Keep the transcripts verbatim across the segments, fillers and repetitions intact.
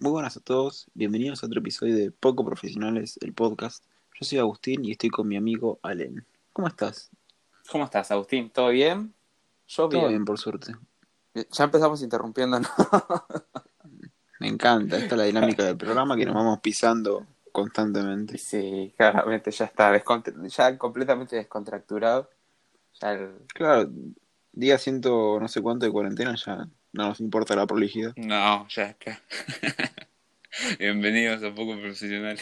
Muy buenas a todos, bienvenidos a otro episodio de Poco Profesionales, el podcast. Yo soy Agustín y estoy con mi amigo Allen. ¿Cómo estás? ¿Cómo estás, Agustín? ¿Todo bien? Yo Todo bien. bien, por suerte. Ya empezamos interrumpiendo, ¿no? Me encanta, esta es la dinámica del programa que nos vamos pisando Y constantemente. sí, claramente ya está descont- ya completamente descontracturado. Ya el... Claro, día ciento no sé cuánto de cuarentena ya no nos importa la prolijidad. No, ya está. Bienvenidos a Poco Profesional.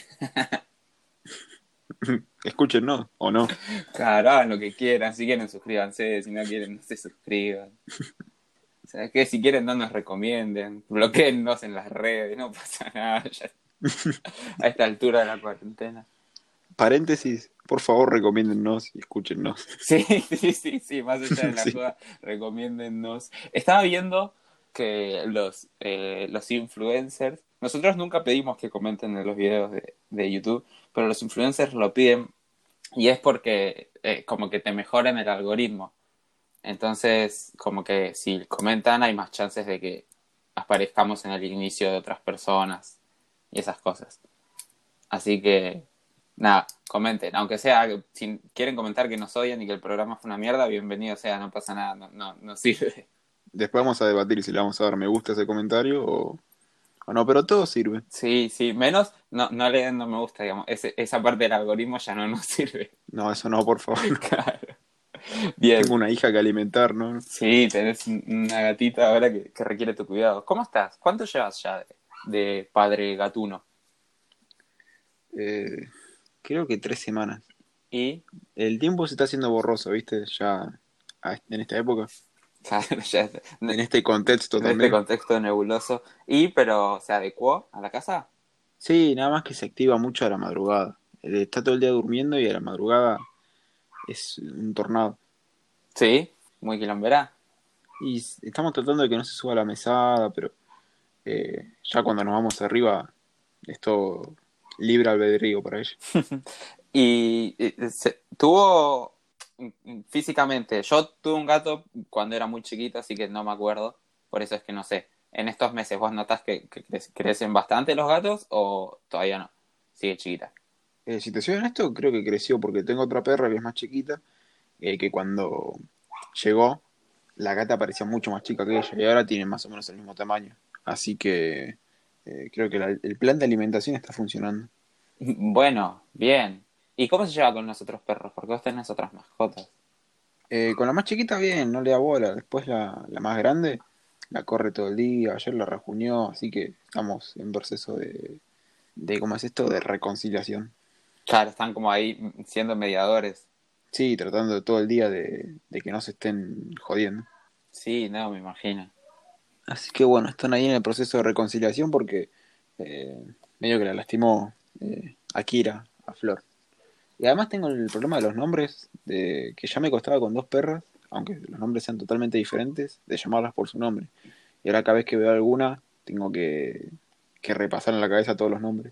Escúchenos, o no. Claro, hagan lo que quieran. Si quieren, suscríbanse. Si no quieren, no se suscriban. ¿Sabes qué? Si quieren, no nos recomienden. Bloqueennos en las redes. No pasa nada. Ya a esta altura de la cuarentena. Paréntesis, por favor recomiéndennos y escúchennos. Sí, sí, sí, sí, más allá de la Sí. joda, recomiéndennos. Estaba viendo que los, eh, los influencers, nosotros nunca pedimos que comenten en los videos de, de YouTube, pero los influencers lo piden y es porque eh, como que te mejoran el algoritmo. Entonces, como que si comentan hay más chances de que aparezcamos en el inicio de otras personas y esas cosas. Así que, nada, comenten. Aunque sea, si quieren comentar que nos odian y que el programa fue una mierda, bienvenido sea, no pasa nada, no, no, no sirve. Después vamos a debatir si le vamos a dar me gusta a ese comentario o, o no, pero todo sirve. Sí, sí, menos no, no le den no me gusta, digamos. Ese, esa parte del algoritmo ya no nos sirve. No, eso no, por favor. Claro. Bien. Tengo una hija que alimentar, ¿no? Sí, tenés una gatita ahora que, que requiere tu cuidado. ¿Cómo estás? ¿Cuánto llevas ya de, de padre gatuno? Eh, creo que tres semanas. Y El tiempo se está haciendo borroso, ¿viste? Ya a- en esta época, ya, ya- en este contexto en este también. contexto nebuloso. ¿Y pero se adecuó a la casa? Sí, nada más que se activa mucho a la madrugada. Eh, Está todo el día durmiendo y a la madrugada es un tornado. Sí, muy quilombera. Y s- estamos tratando de que no se suba a la mesada, pero eh, ya cuando nos vamos arriba es todo libre albedrío para ella. Y, y se- tuvo mm, físicamente, yo tuve un gato cuando era muy chiquito, así que no me acuerdo, por eso es que no sé. En estos meses, ¿vos notás que, que cre- crecen bastante los gatos o todavía no? Sigue chiquita. Eh, si te soy honesto, creo que creció porque tengo otra perra que es más chiquita, eh, que cuando llegó, la gata parecía mucho más chica que ella y ahora tiene más o menos el mismo tamaño. Así que eh, creo que la- el plan de alimentación está funcionando. Bueno, bien. ¿Y cómo se lleva con los otros perros? Porque vos tenés otras mascotas. Eh, con la más chiquita bien, no le da bola. Después la, la más grande la corre todo el día, ayer la rajuñó, así que estamos en proceso de, de ¿cómo es esto? De reconciliación. Claro, están como ahí mm, siendo mediadores. Sí, tratando todo el día de, de que no se estén jodiendo. Sí, no, me imagino. Así que bueno, están ahí en el proceso de reconciliación porque eh, medio que la lastimó eh, a Kira, a Flor. Y además tengo el problema de los nombres, de que ya me costaba con dos perras, aunque los nombres sean totalmente diferentes, de llamarlas por su nombre. Y ahora cada vez que veo alguna, tengo que, que repasar en la cabeza todos los nombres.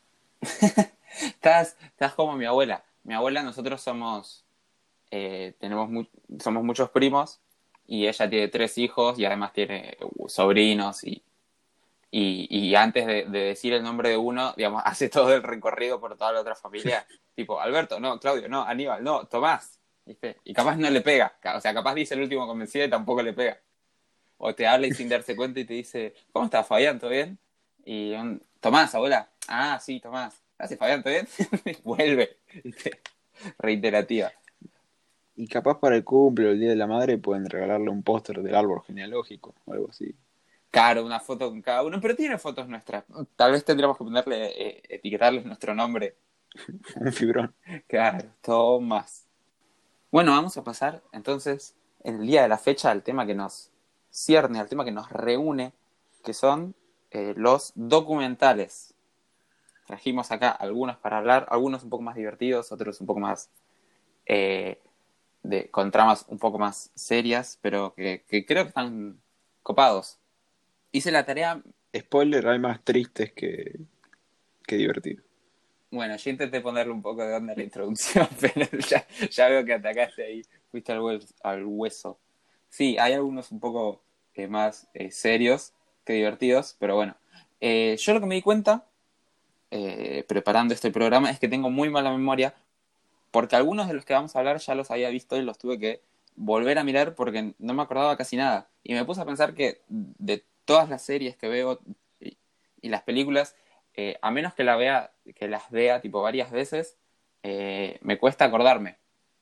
Estás, estás como mi abuela. Mi abuela, nosotros somos eh, tenemos mu- somos muchos primos y ella tiene tres hijos y además tiene uh, sobrinos y, y, y antes de, de decir el nombre de uno, digamos, hace todo el recorrido por toda la otra familia, tipo, Alberto, no, Claudio, no, Aníbal, no, Tomás, ¿viste? Y capaz no le pega, o sea, capaz dice el último convencido y tampoco le pega. O te habla y sin darse cuenta y te dice, ¿cómo estás, Fabián? ¿Todo bien? Y un, Tomás, abuela, ah, sí, Tomás, ¿hace Fabián? ¿Todo bien? Vuelve, ¿viste? Reiterativa. Y capaz para el cumple o el Día de la Madre pueden regalarle un póster del árbol genealógico o algo así. Claro, una foto con cada uno, pero tiene fotos nuestras. Tal vez tendríamos que ponerle, eh, etiquetarles nuestro nombre. Un fibrón. Claro, Tomás. Bueno, vamos a pasar entonces el día de la fecha al tema que nos cierne, al tema que nos reúne, que son eh, los documentales. Trajimos acá algunos para hablar, algunos un poco más divertidos, otros un poco más eh, de, con tramas un poco más serias, pero que, que creo que están copados. Hice la tarea. Spoiler, hay más tristes que, que divertidos. Bueno, yo intenté ponerle un poco de onda a la introducción, pero ya, ya veo que atacaste ahí, fuiste al, hue- al hueso. Sí, hay algunos un poco eh, más eh, serios que divertidos, pero bueno. Eh, yo lo que me di cuenta, eh, preparando este programa, es que tengo muy mala memoria, porque algunos de los que vamos a hablar ya los había visto y los tuve que volver a mirar porque no me acordaba casi nada. Y me puse a pensar que de todas las series que veo y, y las películas, eh, a menos que, la vea, que las vea tipo varias veces, eh, me cuesta acordarme.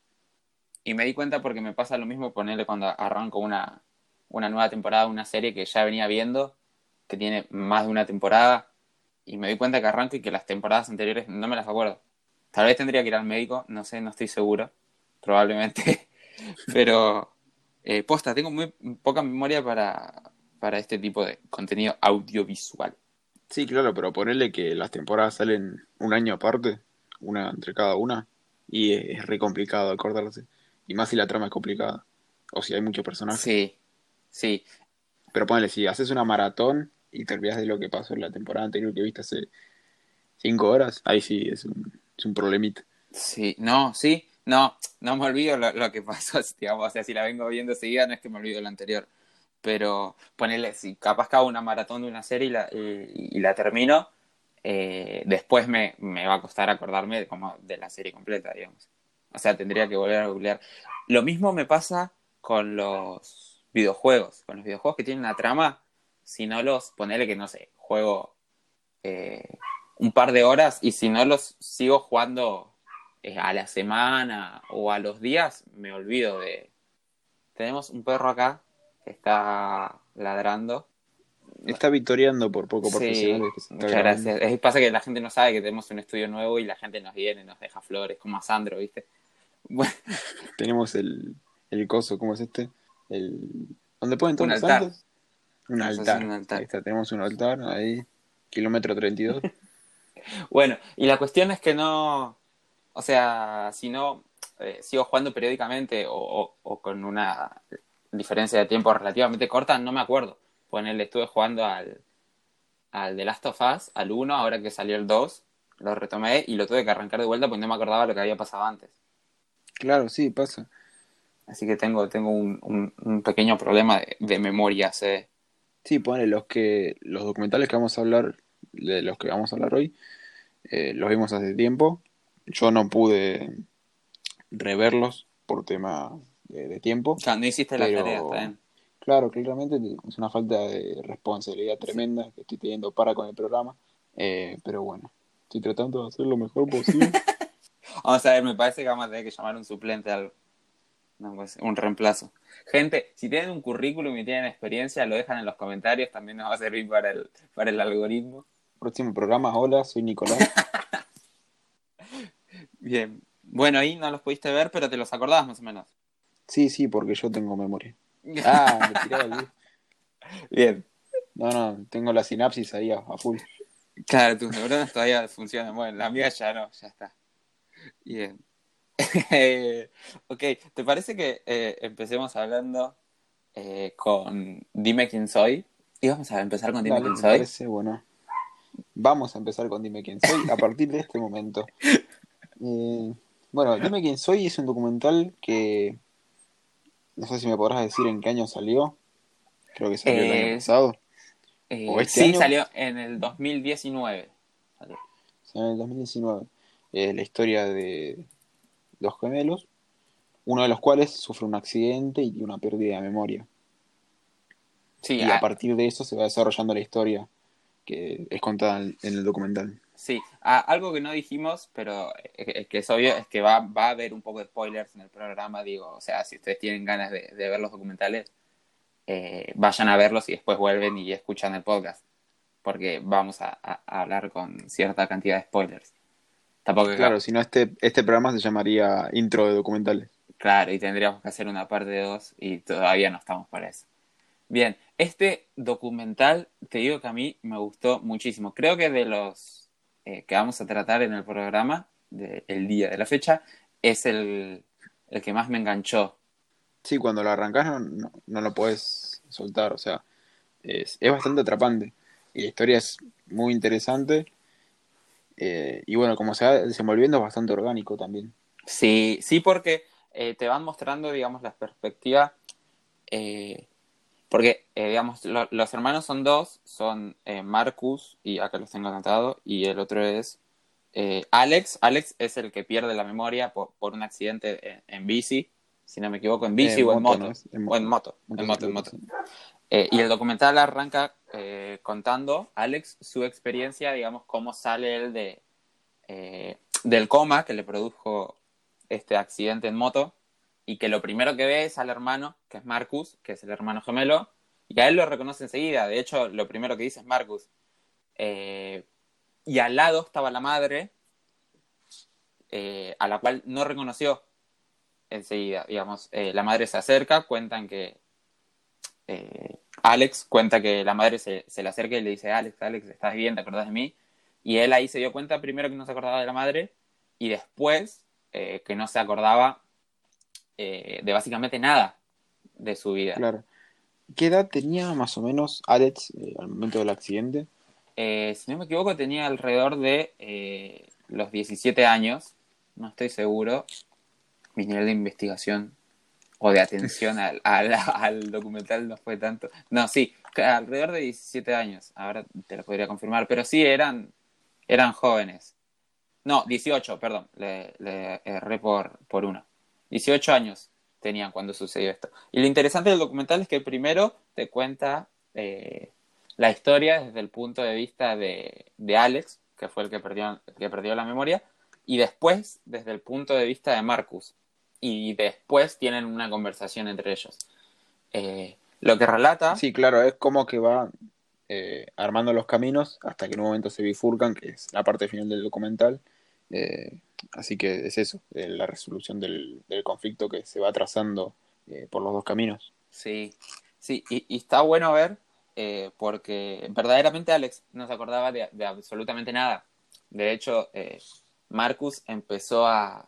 Y me di cuenta porque me pasa lo mismo ponerle cuando arranco una, una nueva temporada, una serie que ya venía viendo, que tiene más de una temporada, y me di cuenta que arranco y que las temporadas anteriores no me las acuerdo. Tal vez tendría que ir al médico, no sé, no estoy seguro, probablemente, pero eh, posta, tengo muy poca memoria para, para este tipo de contenido audiovisual. Sí, claro, pero ponerle que las temporadas salen un año aparte, una entre cada una, y es, es re complicado acordarse. Y más si la trama es complicada, o si hay muchos personajes. Sí, sí, Pero ponele, si haces una maratón y te olvidas de lo que pasó en la temporada anterior que viste hace cinco horas, ahí sí es un, es un problemita. sí, no, sí, no, no me olvido lo, lo que pasó, digamos, o sea, si la vengo viendo seguida, no es que me olvido la anterior. Pero ponerle, si capaz que hago una maratón de una serie y la, y, y la termino, eh, después me, me va a costar acordarme de, como de la serie completa, digamos. O sea, tendría que volver a googlear. Lo mismo me pasa con los videojuegos. Con los videojuegos que tienen una trama, si no los, ponele que no sé, juego eh, un par de horas y si no los sigo jugando eh, a la semana o a los días, me olvido de, tenemos un perro acá que está ladrando. Está victoriando por poco Sí, profesionales que se está muchas grabando. gracias. Es, pasa que la gente no sabe que tenemos un estudio nuevo y la gente nos viene, nos deja flores, como a Sandro, ¿viste? Bueno, Tenemos el, el coso, ¿cómo es este? El, ¿dónde ponen todos un los altar. santos? Un Estamos haciendo altar. un Ahí altar. está, tenemos un altar ahí, kilómetro treinta y dos. Bueno, y la cuestión es que no, o sea, si no eh, sigo jugando periódicamente o, o, o con una diferencia de tiempo relativamente corta, no me acuerdo. Ponele, estuve jugando al, al The Last of Us, al uno ahora que salió el dos lo retomé y lo tuve que arrancar de vuelta porque no me acordaba lo que había pasado antes. Claro, sí, pasa. Así que tengo, tengo un, un, un pequeño problema de, de memoria. ¿Sí? Sí, pone los que los documentales que vamos a hablar, de los que vamos a hablar hoy, eh, los vimos hace tiempo. Yo no pude reverlos por tema de, de tiempo, Claro, no hiciste la tarea, está pero bien. claro, claramente es una falta de responsabilidad Sí. tremenda que estoy teniendo para con el programa. Eh, pero bueno, estoy tratando de hacer lo mejor posible. Vamos a ver, me parece que vamos a tener que llamar un suplente algo. No, pues, un reemplazo. Gente, si tienen un currículum y tienen experiencia, lo dejan en los comentarios, también nos va a servir para el, para el algoritmo. Próximo programa, hola, soy Nicolás. Bien. Bueno, ahí no los pudiste ver, pero te los acordabas más o menos. Sí, sí, porque yo tengo memoria. Ah, me tiraba el... Bien. No, no, tengo la sinapsis ahí a, a full. Claro, tus neuronas todavía funcionan. Bueno, la mía ya no, ya está. Bien. Eh, ok, ¿te parece que eh, empecemos hablando eh, con Dime quién soy? Y vamos a empezar con Dime Dale, quién me soy. parece bueno. Vamos a empezar con Dime quién soy a partir de este momento. Eh, bueno, Dime quién soy es un documental que no sé si me podrás decir en qué año salió. Creo que salió el año Eh, pasado. O eh, este sí, año, salió en el dos mil diecinueve. salió en el dos mil diecinueve. Es la historia de dos gemelos, uno de los cuales sufre un accidente y una pérdida de memoria. Sí, Y a a- partir de eso se va desarrollando la historia que es contada en en el documental. sí. A- algo que no dijimos, pero es que es obvio, es que va, va a haber un poco de spoilers en el programa, digo, o sea, si ustedes tienen ganas de, de ver los documentales, eh, vayan a verlos y después vuelven y escuchan el podcast, porque vamos a, a- a hablar con cierta cantidad de spoilers. Tampoco es Claro, si no, este, este programa se llamaría Intro de Documentales. claro, y tendríamos que hacer una parte dos y todavía no estamos para eso. Bien, este documental, te digo que a mí me gustó muchísimo. Creo que de los eh, que vamos a tratar en el programa, del día de la fecha, es el, el que más me enganchó. Sí, cuando lo arrancás no, no, no lo podés soltar, o sea, es, es bastante atrapante. Y la historia es muy interesante. Eh, y bueno, como se va desenvolviendo es bastante orgánico también. Sí, sí, porque eh, te van mostrando, digamos, la perspectiva. eh, Porque, eh, digamos, lo- los hermanos son dos, son eh, Marcus, y acá los tengo anotados, y el otro es eh, Alex. Alex es el que pierde la memoria por, por un accidente en, en bici, si no me equivoco, en Eh, bici o en moto, ¿no moto, es? En o en mo- moto, en moto, en motocicleta, moto. sí. Eh, y el documental arranca eh, contando Alex su experiencia, digamos, cómo sale él de, eh, del coma que le produjo este accidente en moto, y que lo primero que ve es al hermano, que es Marcus, que es el hermano gemelo, y a él lo reconoce enseguida. De hecho, lo primero que dice es Marcus. Eh, y al lado estaba la madre, eh, a la cual no reconoció enseguida. Digamos, eh, la madre se acerca, cuentan que eh, Alex cuenta que la madre se, se le acerca y le dice, Alex, Alex, ¿estás bien? ¿Te acordás de mí? Y él ahí se dio cuenta primero que no se acordaba de la madre, y después eh, que no se acordaba eh, de básicamente nada de su vida. Claro. ¿Qué edad tenía más o menos Alex eh, al momento del accidente? Eh, si no me equivoco, tenía alrededor de eh, los diecisiete años, no estoy seguro. Mi nivel de investigación o de atención al, al, al documental no fue tanto. No, sí, alrededor de diecisiete años, ahora te lo podría confirmar, pero sí eran, eran jóvenes. No, dieciocho, perdón, le, le erré por, por uno. dieciocho años tenían cuando sucedió esto. Y lo interesante del documental es que primero te cuenta eh, la historia desde el punto de vista de, de Alex, que fue el que, perdió, el que perdió la memoria, y después desde el punto de vista de Marcus. Y después tienen una conversación entre ellos. Eh, lo que relata, Sí, claro, es como que va eh, armando los caminos hasta que en un momento se bifurcan, que es la parte final del documental. Eh, Así que es eso, eh, la resolución del, del conflicto que se va trazando eh, por los dos caminos. sí, sí, y, y está bueno ver eh, porque verdaderamente Alex no se acordaba de, de absolutamente nada. De hecho, eh, Marcus empezó a,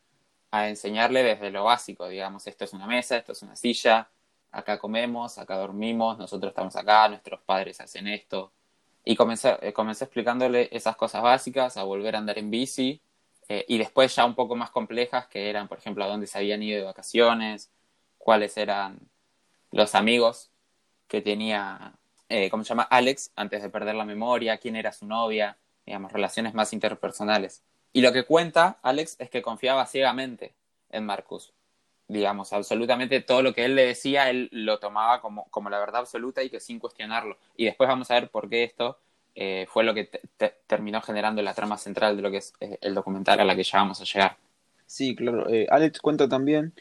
a enseñarle desde lo básico, digamos, esto es una mesa, esto es una silla, acá comemos, acá dormimos, nosotros estamos acá, nuestros padres hacen esto. Y comencé, eh, comencé explicándole esas cosas básicas, a volver a andar en bici, eh, y después ya un poco más complejas, que eran, por ejemplo, a dónde se habían ido de vacaciones, cuáles eran los amigos que tenía, eh, ¿cómo se llama? Alex, antes de perder la memoria, quién era su novia, digamos, relaciones más interpersonales. Y lo que cuenta Alex es que confiaba ciegamente en Marcus. Digamos, absolutamente todo lo que él le decía, él lo tomaba como, como la verdad absoluta y que sin cuestionarlo. Y después vamos a ver por qué esto eh, fue lo que te, te, terminó generando la trama central de lo que es eh, el documental a la que ya vamos a llegar. Sí, claro. Eh, Alex cuenta también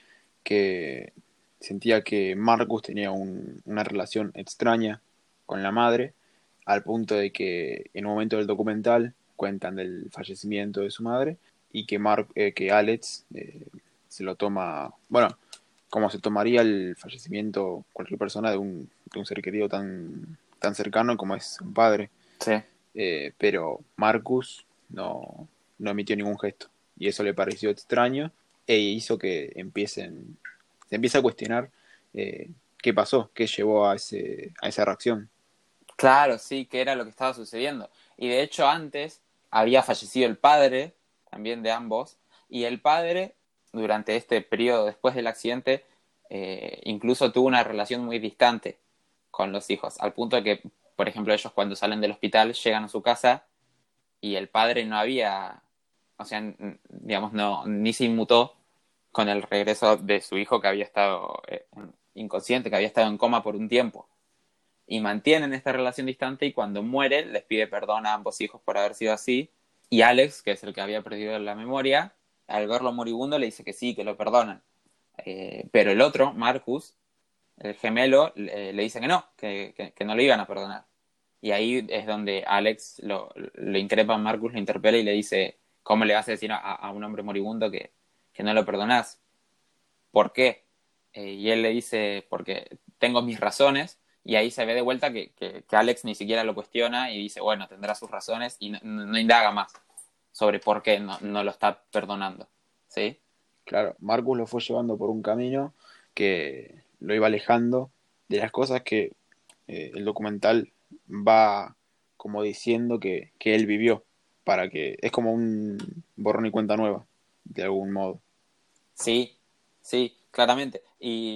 que sentía que Marcus tenía un- una relación extraña con la madre, al punto de que en un momento del documental cuentan del fallecimiento de su madre y que, Mar eh, que Alex eh, se lo toma, bueno, como se tomaría el fallecimiento cualquier persona de un, de un ser querido tan, tan cercano como es un padre. Sí. Eh, pero Marcus no, no emitió ningún gesto. Y eso le pareció extraño e hizo que empiecen, se empiece a cuestionar eh, qué pasó, qué llevó a, ese, a esa reacción. Claro, sí, que era lo que estaba sucediendo. Y de hecho antes había fallecido el padre, también de ambos, y el padre, durante este periodo después del accidente, eh, incluso tuvo una relación muy distante con los hijos, al punto de que, por ejemplo, ellos cuando salen del hospital llegan a su casa y el padre no había, o sea, n- digamos, no, ni se inmutó con el regreso de su hijo que había estado eh, inconsciente, que había estado en coma por un tiempo, y mantienen esta relación distante, y cuando muere les pide perdón a ambos hijos por haber sido así, y Alex, que es el que había perdido la memoria, al verlo moribundo le dice que sí, que lo perdonan. Eh, pero el otro, Marcus, el gemelo, le, le dice que no, que, que, que, no le iban a perdonar. Y ahí es donde Alex lo, lo increpa a Marcus, lo interpela y le dice, ¿cómo le vas a decir a, a un hombre moribundo que, que no lo perdonás? ¿Por qué? Eh, y él le dice, porque tengo mis razones, y ahí se ve de vuelta que, que, que Alex ni siquiera lo cuestiona y dice, bueno, tendrá sus razones, y no, no indaga más sobre por qué no, no lo está perdonando. ¿Sí? Claro, Marcus lo fue llevando por un camino que lo iba alejando de las cosas que eh, el documental va como diciendo que, que él vivió, para que es como un borrón y cuenta nueva, de algún modo. Sí, sí, claramente. Y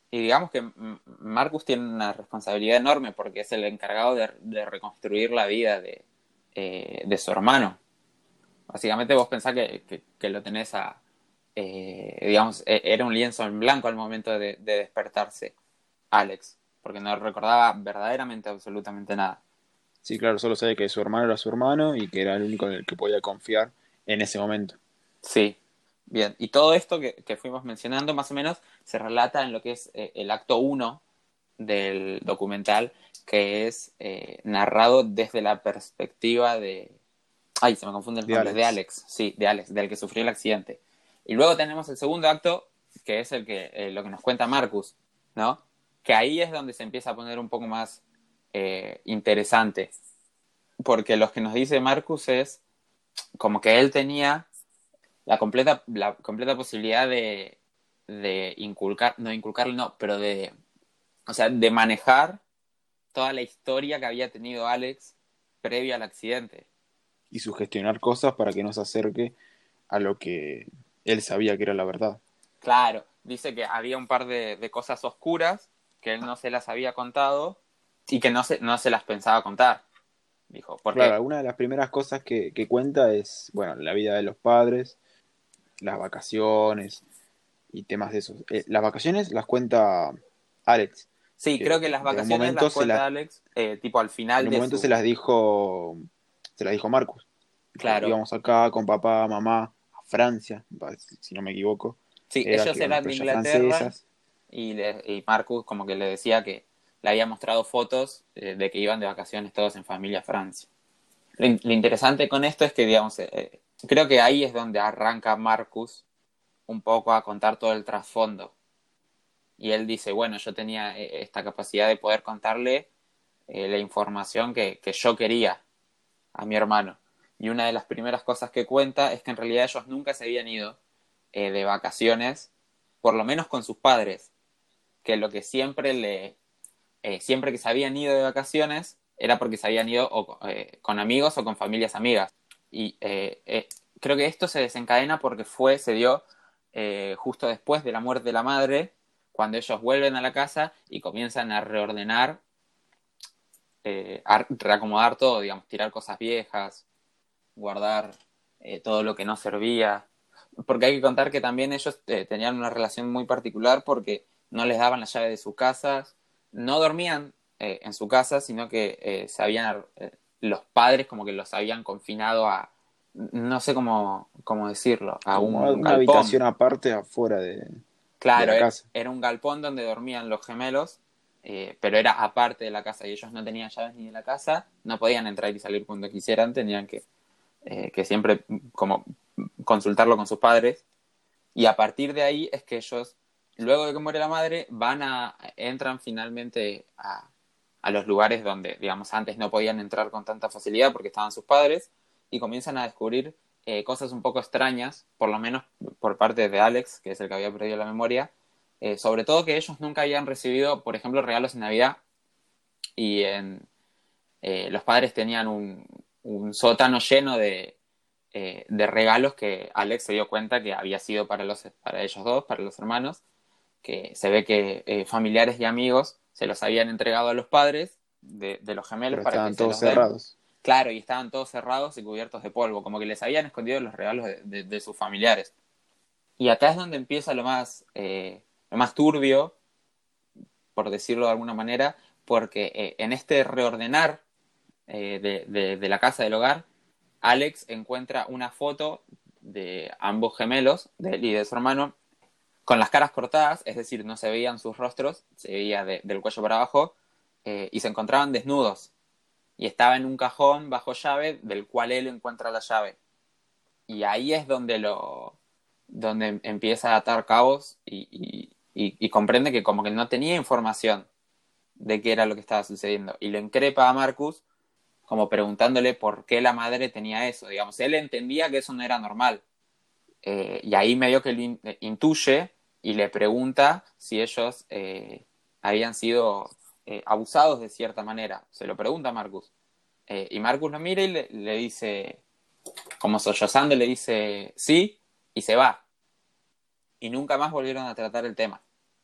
y digamos que M- Marcus tiene una responsabilidad enorme porque es el encargado de, de reconstruir la vida de, eh, de su hermano. Básicamente vos pensás que, que, que lo tenés a, eh, digamos, e- era un lienzo en blanco al momento de, de despertarse, Alex, porque no recordaba verdaderamente absolutamente nada. Sí, claro, solo sabe que su hermano era su hermano y que era el único en el que podía confiar en ese momento. Sí, bien. Y todo esto que, que fuimos mencionando, más o menos, se relata en lo que es eh, el acto uno del documental, que es eh, narrado desde la perspectiva de... Ay, se me confunden los De nombres, de Alex. Alex, sí, de Alex, del que sufrió el accidente. Y luego tenemos el segundo acto, que es el que eh, lo que nos cuenta Marcus, ¿no? Que ahí es donde se empieza a poner un poco más eh, interesante, porque lo que nos dice Marcus es como que él tenía la completa, la completa posibilidad de, de inculcar, no inculcarle, no, pero de, o sea, de manejar toda la historia que había tenido Alex previo al accidente. Y sugestionar cosas para que no se acerque a lo que él sabía que era la verdad. Claro, dice que había un par de, de cosas oscuras que él no se las había contado y que no se, no se las pensaba contar, dijo, Claro, porque, alguna de las primeras cosas que, que cuenta es, bueno, la vida de los padres, las vacaciones y temas de esos. Eh, las vacaciones las cuenta Alex, sí, creo que que las en un vacaciones las momento se cuenta la, Alex eh, tipo al en final un de momento se las su, dijo, se las dijo Marcus. Dijo, claro, íbamos acá con papá, mamá, a Francia, si no me equivoco. sí, Era que ellos iban a eran de playas Inglaterra francesas. y, le, y Marcus como que le decía que le había mostrado fotos eh, de que iban de vacaciones todos en familia a Francia. Lo, in- lo interesante con esto es que, digamos, eh, eh, creo que ahí es donde arranca Marcus un poco a contar todo el trasfondo. Y él dice, bueno, yo tenía eh, esta capacidad de poder contarle eh, la información que, que yo quería a mi hermano. Y una de las primeras cosas que cuenta es que en realidad ellos nunca se habían ido eh, de vacaciones, por lo menos con sus padres, que lo que siempre le, eh, siempre que se habían ido de vacaciones era porque se habían ido o, eh, con amigos o con familias amigas. Y eh, eh, creo que esto se desencadena porque fue, se dio eh, justo después de la muerte de la madre, cuando ellos vuelven a la casa y comienzan a reordenar, eh, a reacomodar todo, digamos, tirar cosas viejas, guardar eh, todo lo que no servía. Porque hay que contar que también ellos eh, tenían una relación muy particular porque no les daban la llave de sus casas, no dormían eh, en su casa, sino que eh, se habían, eh, los padres como que los habían confinado a, no sé cómo, cómo decirlo, a Como un una galpón. habitación aparte afuera de, de Claro, la e- casa. era un galpón donde dormían los gemelos, eh, pero era aparte de la casa y ellos no tenían llaves ni de la casa, no podían entrar y salir cuando quisieran, tenían que eh, que siempre como consultarlo con sus padres. Y a partir de ahí es que ellos, luego de que muere la madre, van a, entran finalmente a, a los lugares donde, digamos, antes no podían entrar con tanta facilidad porque estaban sus padres y comienzan a descubrir eh, cosas un poco extrañas, por lo menos por parte de Alex, que es el que había perdido la memoria, eh, sobre todo que ellos nunca habían recibido, por ejemplo, regalos en Navidad y en, eh, los padres tenían un, un sótano lleno de, eh, de regalos que Alex se dio cuenta que había sido para, los, para ellos dos, para los hermanos, que se ve que eh, familiares y amigos se los habían entregado a los padres de, de los gemelos Pero para que estaban se todos los den. cerrados. Claro, y estaban todos cerrados y cubiertos de polvo, como que les habían escondido los regalos de, de, de sus familiares. Y acá es donde empieza lo más, eh, lo más turbio, por decirlo de alguna manera, porque eh, en este reordenar eh, de, de, de la casa del hogar, Alex encuentra una foto de ambos gemelos, de él y de su hermano, con las caras cortadas, es decir, no se veían sus rostros, se veía de, del cuello para abajo, eh, y se encontraban desnudos. Y estaba en un cajón bajo llave, del cual él encuentra la llave. Y ahí es donde lo donde empieza a atar cabos y, y, y, y comprende que como que no tenía información de qué era lo que estaba sucediendo. Y le increpa a Marcus como preguntándole por qué la madre tenía eso. Digamos, él entendía que eso no era normal. Eh, y ahí medio que lo intuye y le pregunta si ellos eh, habían sido eh, abusados de cierta manera. Se lo pregunta a Marcus. Eh, y Marcus lo mira y le, le dice, como sollozando, le dice sí y se va. Y nunca más volvieron a tratar el tema.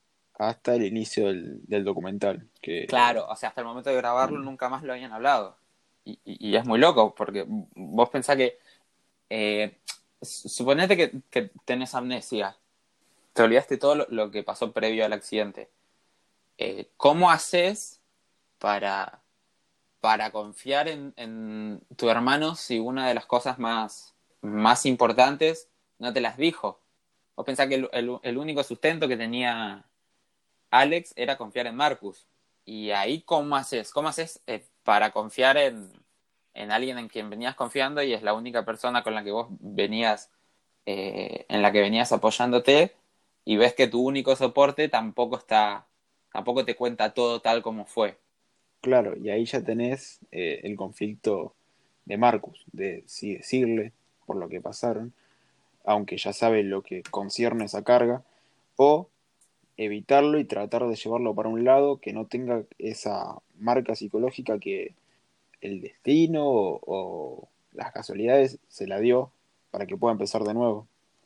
hasta el inicio del, del documental. Que, Claro, o sea, hasta el momento de grabarlo nunca más lo habían hablado. Y, y- y es muy loco, porque vos pensás que, eh, suponete que, que tenés amnesia, te olvidaste todo lo, lo que pasó previo al accidente. Eh, ¿cómo haces para, para confiar en, en tu hermano si una de las cosas más, más importantes no te las dijo? Vos pensás que el, el- el único sustento que tenía Alex era confiar en Marcus. Y ahí, ¿cómo haces? ¿Cómo haces eh, para confiar en, en alguien en quien venías confiando y es la única persona con la que vos venías, eh, en la que venías apoyándote y ves que tu único soporte tampoco está, tampoco te cuenta todo tal como fue? claro, y ahí ya tenés eh, el conflicto de Marcus, de si decirle por lo que pasaron, aunque ya sabe lo que concierne esa carga, o evitarlo y tratar de llevarlo para un lado que no tenga esa marca psicológica que el destino o, o las casualidades se la dio para que pueda empezar de nuevo.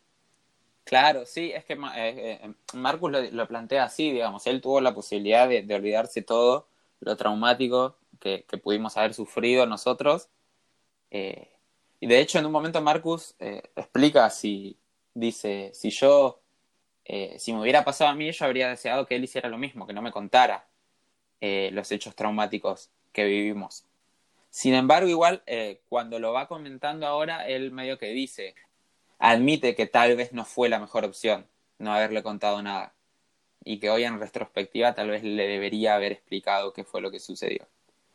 Claro, sí, es que eh, eh, Marcus lo, lo plantea así, digamos, él tuvo la posibilidad de, de olvidarse todo lo traumático que, que pudimos haber sufrido nosotros. Eh, y de hecho, en un momento Marcus eh, explica si, dice, si yo, eh, si me hubiera pasado a mí, yo habría deseado que él hiciera lo mismo, que no me contara eh, los hechos traumáticos que vivimos. Sin embargo, igual, eh, cuando lo va comentando ahora, él medio que dice, admite que tal vez no fue la mejor opción no haberle contado nada y que hoy en retrospectiva tal vez le debería haber explicado qué fue lo que sucedió.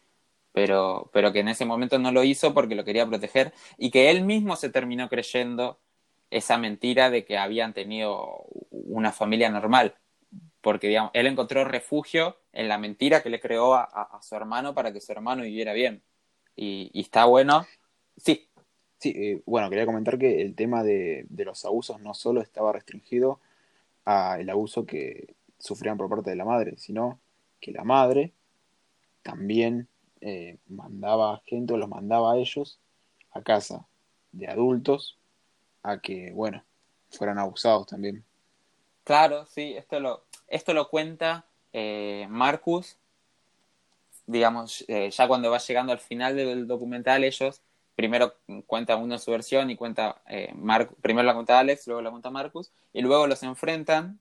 Pero, pero que en ese momento no lo hizo porque lo quería proteger y que él mismo se terminó creyendo esa mentira de que habían tenido una familia normal, porque digamos, él encontró refugio en la mentira que le creó a, a, a su hermano para que su hermano viviera bien. Y, y está bueno. Sí, Sí, eh, bueno, quería comentar que el tema de, de los abusos no solo estaba restringido al abuso que sufrían por parte de la madre, sino que la madre también eh, mandaba gente o los mandaba a ellos a casa de adultos a que, bueno, fueran abusados también. claro, sí, esto lo, esto lo cuenta eh, Marcus, digamos, eh, ya cuando va llegando al final del documental, ellos primero cuentan uno su versión y cuenta, eh, Mar primero la cuenta Alex, luego la cuenta Marcus, y luego los enfrentan,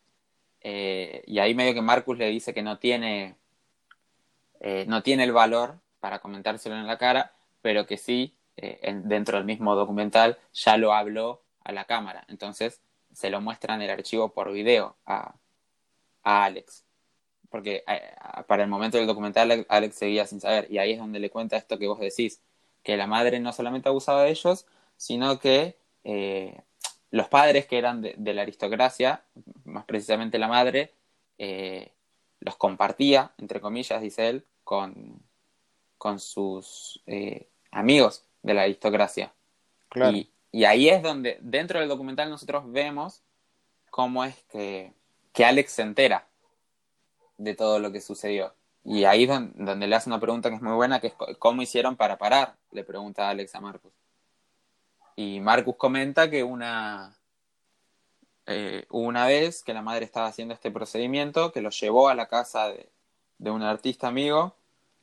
eh, y ahí medio que Marcus le dice que no tiene, eh, no tiene el valor para comentárselo en la cara, pero que sí, eh, en, dentro del mismo documental, ya lo habló a la cámara. Entonces se lo muestran el archivo por video a, a Alex. Porque eh, para el momento del documental Alex seguía sin saber. Y ahí es donde le cuenta esto que vos decís, que la madre no solamente abusaba de ellos, sino que eh, los padres que eran de, de la aristocracia, más precisamente la madre, eh, los compartía, entre comillas, dice él, con, con sus eh, amigos de la aristocracia. Claro, Y, y ahí es donde, dentro del documental, nosotros vemos cómo es que, que Alex se entera de todo lo que sucedió. Y ahí es donde, donde le hace una pregunta que es muy buena, que es ¿cómo hicieron para parar? Le pregunta Alex a Marcus. Y Marcus comenta que una, eh, una vez que la madre estaba haciendo este procedimiento, que lo llevó a la casa de, de un artista amigo,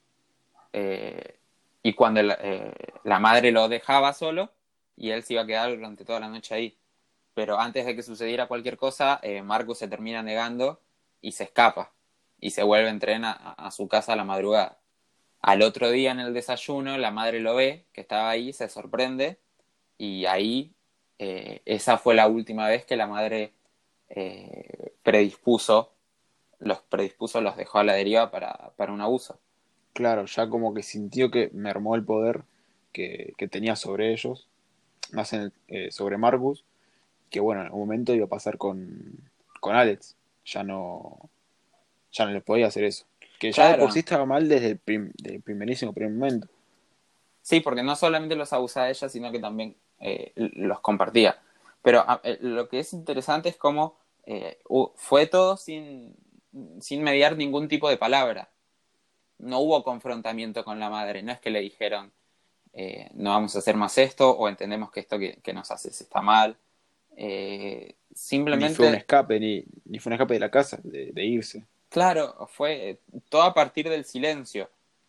eh, y cuando la, eh, la madre lo dejaba solo, y él se iba a quedar durante toda la noche ahí. Pero antes de que sucediera cualquier cosa, eh, Marcus se termina negando y se escapa. Y se vuelve en tren a, a su casa a la madrugada. Al otro día en el desayuno, la madre lo ve, que estaba ahí, se sorprende, y ahí eh, esa fue la última vez que la madre eh, predispuso, los predispuso, los dejó a la deriva para, para un abuso. claro, ya como que sintió que mermó el poder que, que tenía sobre ellos, más en el- eh, sobre Marcus, que bueno, en algún momento iba a pasar con, con Alex. Ya no, ya no le podía hacer eso. Que ya de por sí Claro, estaba mal desde el, prim- desde el primerísimo primer momento. sí, porque no solamente los abusaba ella, sino que también eh, los compartía. Pero a, eh, lo que es interesante es cómo eh, fue todo sin, sin mediar ningún tipo de palabra. No hubo confrontamiento con la madre, no es que le dijeron, eh, no vamos a hacer más esto o entendemos que esto que, que nos haces está mal. Eh, Ni fue un simplemente, escape, ni, ni fue un escape de la casa, de, de irse. claro, fue todo a partir del silencio.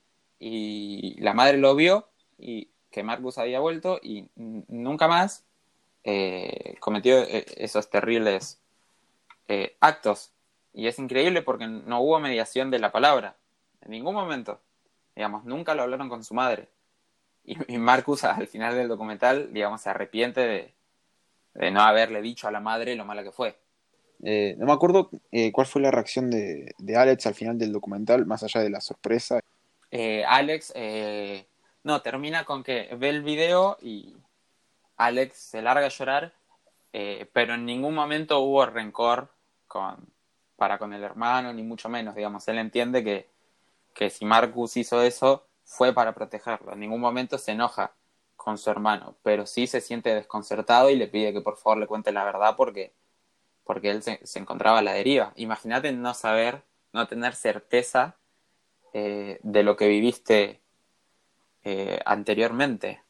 Y la madre lo vio y que Marcus había vuelto y n- nunca más eh, cometió eh, esos terribles eh, actos. Y es increíble porque no hubo mediación de la palabra, en ningún momento. Digamos, nunca lo hablaron con su madre. Y, y Marcus al final del documental, digamos, se arrepiente de, de no haberle dicho a la madre lo mala que fue. Eh, no me acuerdo eh, cuál fue la reacción de, de Alex al final del documental, más allá de la sorpresa. Eh, Alex, eh, no, termina con que ve el video y Alex se larga a llorar, eh, pero en ningún momento hubo rencor con, para con el hermano, ni mucho menos, digamos. Él entiende que, que si Marcus hizo eso fue para protegerlo. En ningún momento se enoja con su hermano, pero sí se siente desconcertado y le pide que por favor le cuente la verdad porque, porque él se, se encontraba a la deriva. Imagínate no saber, no tener certeza eh, de lo que viviste eh, anteriormente.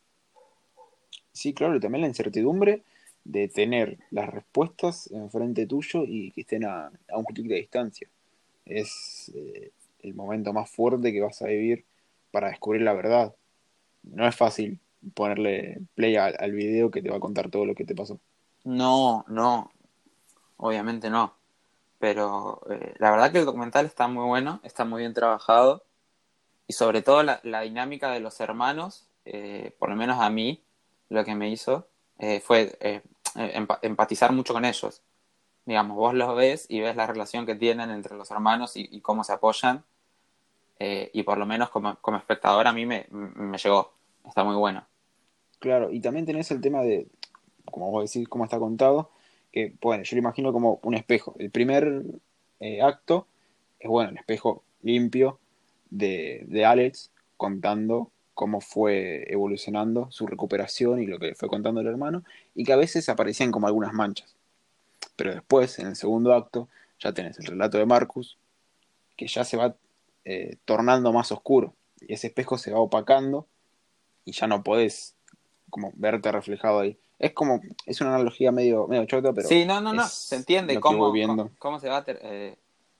Sí, claro, y también la incertidumbre de tener las respuestas enfrente tuyo y que estén a, a un clic de distancia. Es eh, el momento más fuerte que vas a vivir para descubrir la verdad. No es fácil ponerle play al, al video que te va a contar todo lo que te pasó. No, no, obviamente no. Pero eh, la verdad que el documental está muy bueno, está muy bien trabajado y sobre todo la, la dinámica de los hermanos, eh, por lo menos a mí, lo que me hizo eh, fue eh, empa- empatizar mucho con ellos. Digamos, vos los ves y ves la relación que tienen entre los hermanos y, y cómo se apoyan eh, y por lo menos como, como espectador a mí me, me llegó, está muy bueno. Claro, y también tenés el tema de, como vos decís, cómo está contado, que, bueno, yo lo imagino como un espejo. El primer eh, acto es, bueno, el espejo limpio de, de Alex contando cómo fue evolucionando su recuperación y lo que le fue contando el hermano, y que a veces aparecían como algunas manchas. Pero después, en el segundo acto, ya tenés el relato de Marcus, que ya se va eh, tornando más oscuro, y ese espejo se va opacando y ya no podés como verte reflejado ahí. Es como, es una analogía medio, medio chota, pero Sí, no, no, no, se es entiende lo que voy cómo, cómo, viendo. cómo se va eh,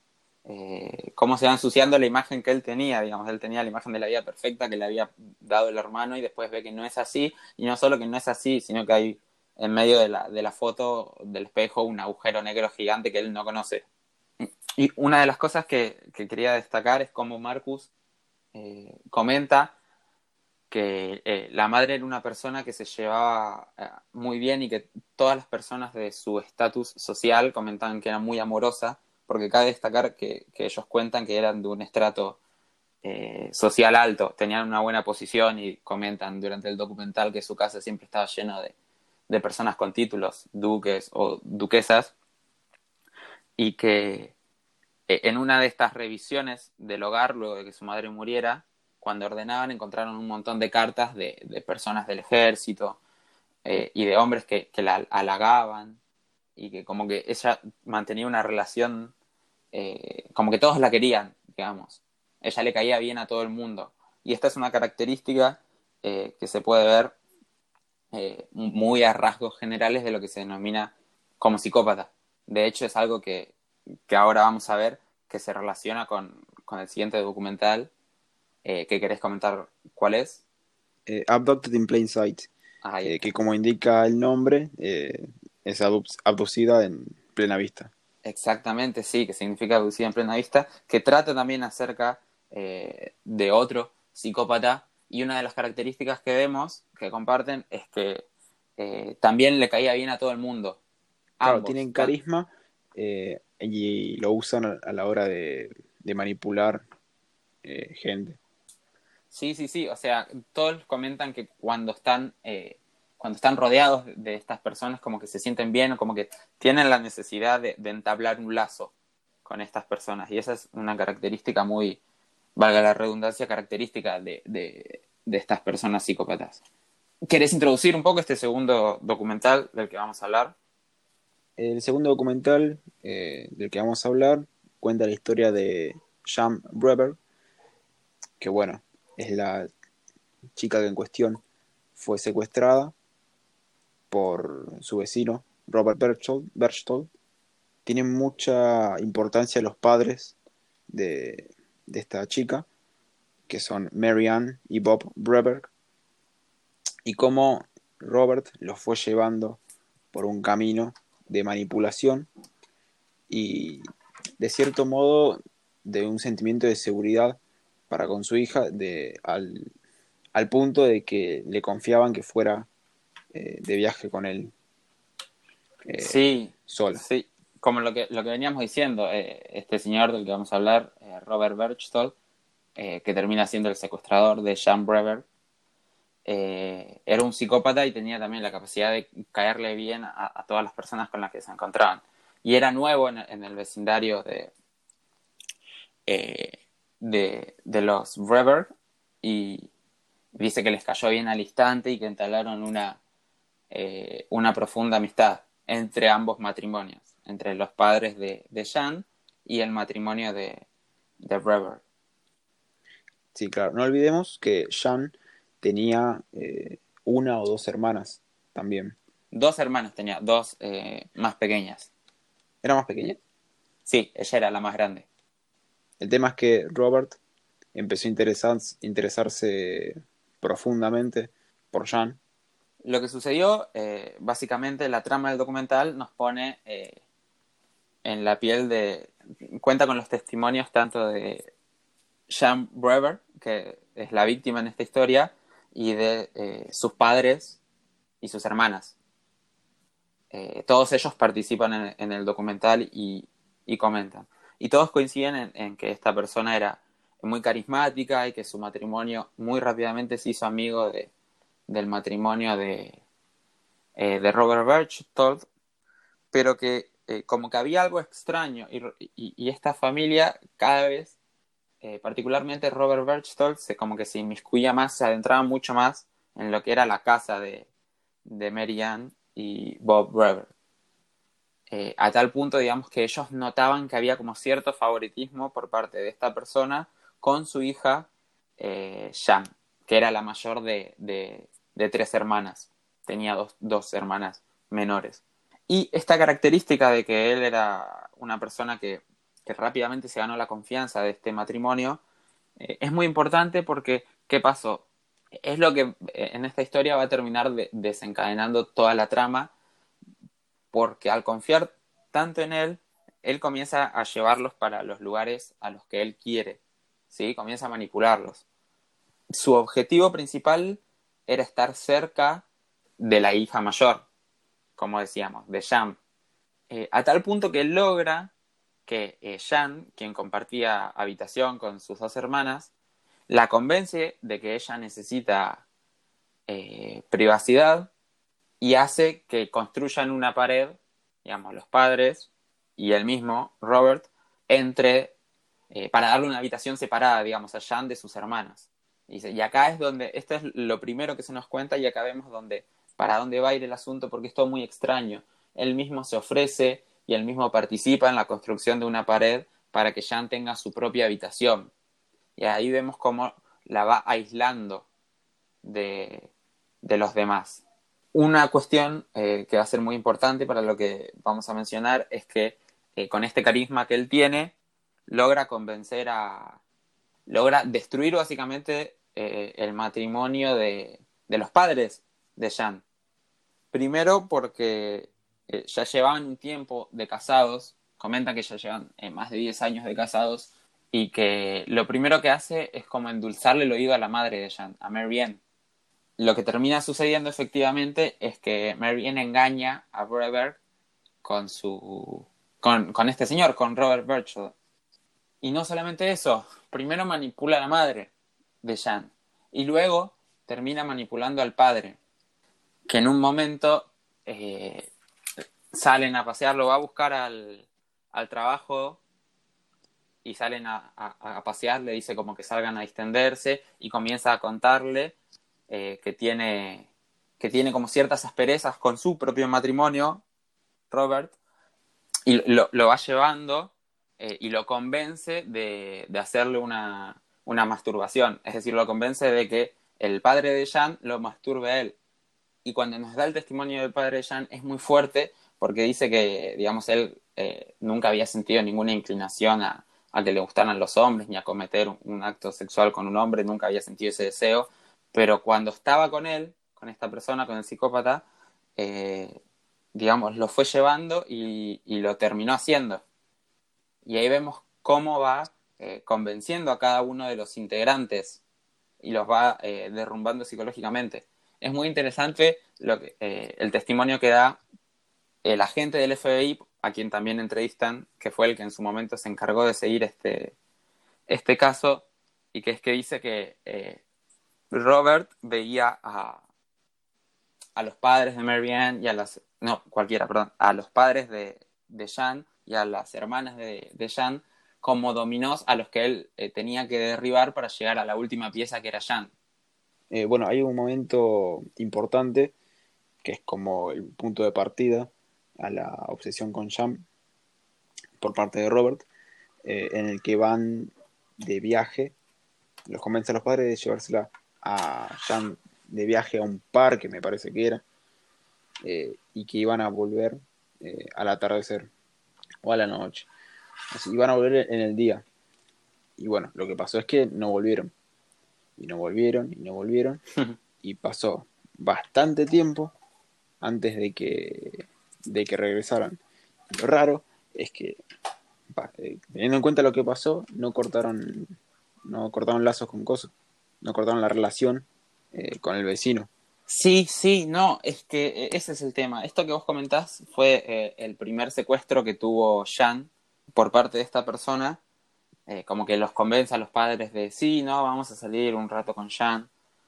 eh, cómo se va ensuciando la imagen que él tenía, digamos, él tenía la imagen de la vida perfecta que le había dado el hermano y después ve que no es así, y no solo que no es así, sino que hay en medio de la, de la foto del espejo un agujero negro gigante que él no conoce. Y una de las cosas que, que quería destacar es cómo Marcus eh, comenta que eh, la madre era una persona que se llevaba eh, muy bien y que todas las personas de su estatus social comentaban que era muy amorosa, porque cabe destacar que, que ellos cuentan que eran de un estrato eh, social alto, tenían una buena posición y comentan durante el documental que su casa siempre estaba llena de, de personas con títulos, duques o duquesas, y que eh, en una de estas revisiones del hogar, luego de que su madre muriera, cuando ordenaban encontraron un montón de cartas de, de personas del ejército eh, y de hombres que, que, la halagaban y que como que ella mantenía una relación, eh, como que todos la querían, digamos. Ella le caía bien a todo el mundo. Y esta es una característica eh, que se puede ver eh, muy a rasgos generales de lo que se denomina como psicópata. De hecho, es algo que, que ahora vamos a ver que se relaciona con, con el siguiente documental. Eh, ¿Qué querés comentar? ¿Cuál es? Eh, Abducted in Plain Sight, Ahí eh, que está. como indica el nombre, eh, es abdu- abducida en plena vista. Exactamente, sí, que significa abducida en plena vista, que trata también acerca eh, de otro psicópata y una de las características que vemos, que comparten, es que eh, también le caía bien a todo el mundo, Claro, ambos. tienen Tan- carisma eh, y lo usan a, a la hora de, de manipular eh, gente. Sí, sí, sí. O sea, todos comentan que cuando están, eh, cuando están rodeados de estas personas, como que se sienten bien o como que tienen la necesidad de, de entablar un lazo con estas personas. Y esa es una característica muy, valga la redundancia, característica de, de, de estas personas psicópatas. ¿Querés introducir un poco este segundo documental del que vamos a hablar? El segundo documental eh, del que vamos a hablar cuenta la historia de Jam Breber, que bueno, es la chica que en cuestión fue secuestrada por su vecino, Robert Berchtold, Berchtold, tienen mucha importancia los padres de, de esta chica, que son Mary Ann y Bob Breberg, y cómo Robert los fue llevando por un camino de manipulación y, de cierto modo, de un sentimiento de seguridad para con su hija, de, al, al punto de que le confiaban que fuera eh, de viaje con él eh, Sí, sola. sí, como lo que, lo que veníamos diciendo, eh, este señor del que vamos a hablar, eh, Robert Berchtold, eh, que termina siendo el secuestrador de Jean Breber, eh, era un psicópata y tenía también la capacidad de caerle bien a, a todas las personas con las que se encontraban. Y era nuevo en, en el vecindario de, eh, de, de los Breber y dice que les cayó bien al instante y que entablaron una, eh, una profunda amistad entre ambos matrimonios, entre los padres de, de Jean y el matrimonio de, de Breber. Sí, claro. No olvidemos que Jean tenía eh, una o dos hermanas también. Dos hermanas tenía, dos eh, más pequeñas. ¿Era más pequeña? Sí, ella era la más grande. El tema es que Robert empezó a interesar- interesarse profundamente por Jean. Lo que sucedió, eh, básicamente la trama del documental nos pone eh, en la piel de... Cuenta con los testimonios tanto de Jean Brewer, que es la víctima en esta historia, y de eh, sus padres y sus hermanas. Eh, todos ellos participan en, en el documental y, y, comentan. Y todos coinciden en, en, que esta persona era muy carismática y que su matrimonio muy rápidamente se hizo amigo de, del matrimonio de, eh, de Robert Berchtold, pero que eh, como que había algo extraño y, y, y esta familia cada vez, eh, particularmente Robert Berchtold, se, como que se inmiscuía más, se adentraba mucho más en lo que era la casa de, de Mary Ann y Bob Brewer. Eh, a tal punto, digamos, que ellos notaban que había como cierto favoritismo por parte de esta persona con su hija, eh, Jean, que era la mayor de, de, de tres hermanas. Tenía dos, dos hermanas menores. Y esta característica de que él era una persona que, que rápidamente se ganó la confianza de este matrimonio, eh, es muy importante porque, ¿qué pasó? Es lo que eh, en esta historia va a terminar de, desencadenando toda la trama, porque al confiar tanto en él, él comienza a llevarlos para los lugares a los que él quiere, ¿sí? Comienza a manipularlos. Su objetivo principal era estar cerca de la hija mayor, como decíamos, de Jean, eh, a tal punto que él logra que eh, Jean, quien compartía habitación con sus dos hermanas, la convence de que ella necesita eh, privacidad y hace que construyan una pared, digamos, los padres y el mismo Robert, entre, eh, para darle una habitación separada, digamos, a Jean de sus hermanas. Y, y acá es donde, esto es lo primero que se nos cuenta y acá vemos donde, para dónde va a ir el asunto, porque es todo muy extraño. Él mismo se ofrece y él mismo participa en la construcción de una pared para que Jean tenga su propia habitación. Y ahí vemos cómo la va aislando de, de los demás. Una cuestión eh, que va a ser muy importante para lo que vamos a mencionar es que eh, con este carisma que él tiene, logra convencer a... logra destruir básicamente eh, el matrimonio de, de los padres de Jean. Primero porque eh, ya llevaban un tiempo de casados, comentan que ya llevan eh, más de diez años de casados, y que lo primero que hace es como endulzarle el oído a la madre de Jean, a Mary Ann. Lo que termina sucediendo efectivamente es que Mary Ann engaña a Brewer con su con, con este señor, con Robert Birchall. Y no solamente eso, primero manipula a la madre de Jean y luego termina manipulando al padre, que en un momento eh, salen a pasear, lo va a buscar al, al trabajo y salen a, a, a pasear, le dice como que salgan a distenderse y comienza a contarle eh, que tiene que tiene como ciertas asperezas con su propio matrimonio, Robert, y lo, lo va llevando eh, y lo convence de, de hacerle una, una masturbación. Es decir, lo convence de que el padre de Jean lo masturbe a él. Y cuando nos da el testimonio del padre de Jean es muy fuerte porque dice que, digamos, él eh, nunca había sentido ninguna inclinación a, a que le gustaran los hombres, ni a cometer un, un acto sexual con un hombre, nunca había sentido ese deseo, pero cuando estaba con él, con esta persona, con el psicópata, eh, digamos, lo fue llevando y, y lo terminó haciendo. Y ahí vemos cómo va eh, convenciendo a cada uno de los integrantes y los va eh, derrumbando psicológicamente. Es muy interesante lo que, eh, el testimonio que da el agente del F B I, a quien también entrevistan, que fue el que en su momento se encargó de seguir este, este caso, y que es que dice que eh, Robert veía a, a los padres de Mary Ann y a las... No, cualquiera, perdón. A los padres de, de Jan y a las hermanas de, de Jan como dominós a los que él eh, tenía que derribar para llegar a la última pieza que era Jan. Eh, bueno, hay un momento importante que es como el punto de partida a la obsesión con Jan por parte de Robert, eh, en el que van de viaje, los convence a los padres de llevársela a Jan de viaje a un parque, me parece que era, eh, y que iban a volver eh, al atardecer o a la noche. Así, iban a volver en el día. Y bueno, lo que pasó es que no volvieron. Y no volvieron, y no volvieron. Y pasó bastante tiempo antes de que, de que regresaran. Lo raro es que, eh, teniendo en cuenta lo que pasó, no cortaron, no cortaron lazos con Coso. No cortaron la relación eh, con el vecino. Sí, sí, no, es que eh, ese es el tema. Esto que vos comentás fue eh, el primer secuestro que tuvo Jan por parte de esta persona, eh, como que los convence a los padres de sí, no, vamos a salir un rato con Jan,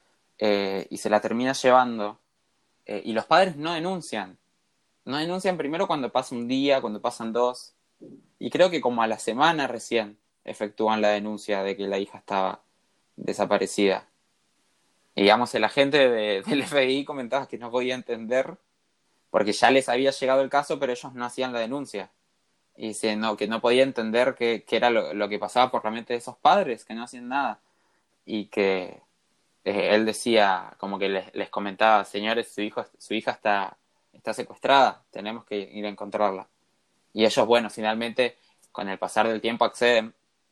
eh, y se la termina llevando, eh, y los padres no denuncian, no denuncian primero cuando pasa un día, cuando pasan dos, y creo que como a la semana recién efectúan la denuncia de que la hija estaba desaparecida. Y digamos, el agente de, del F B I comentaba que no podía entender, porque ya les había llegado el caso, pero ellos no hacían la denuncia. Y dice no, que no podía entender qué era lo, lo que pasaba por la mente de esos padres, que no hacían nada. Y que eh, él decía, como que les, les comentaba, señores, su, hijo, su hija está, está secuestrada, tenemos que ir a encontrarla. Y ellos, bueno, finalmente, con el pasar del tiempo, acceden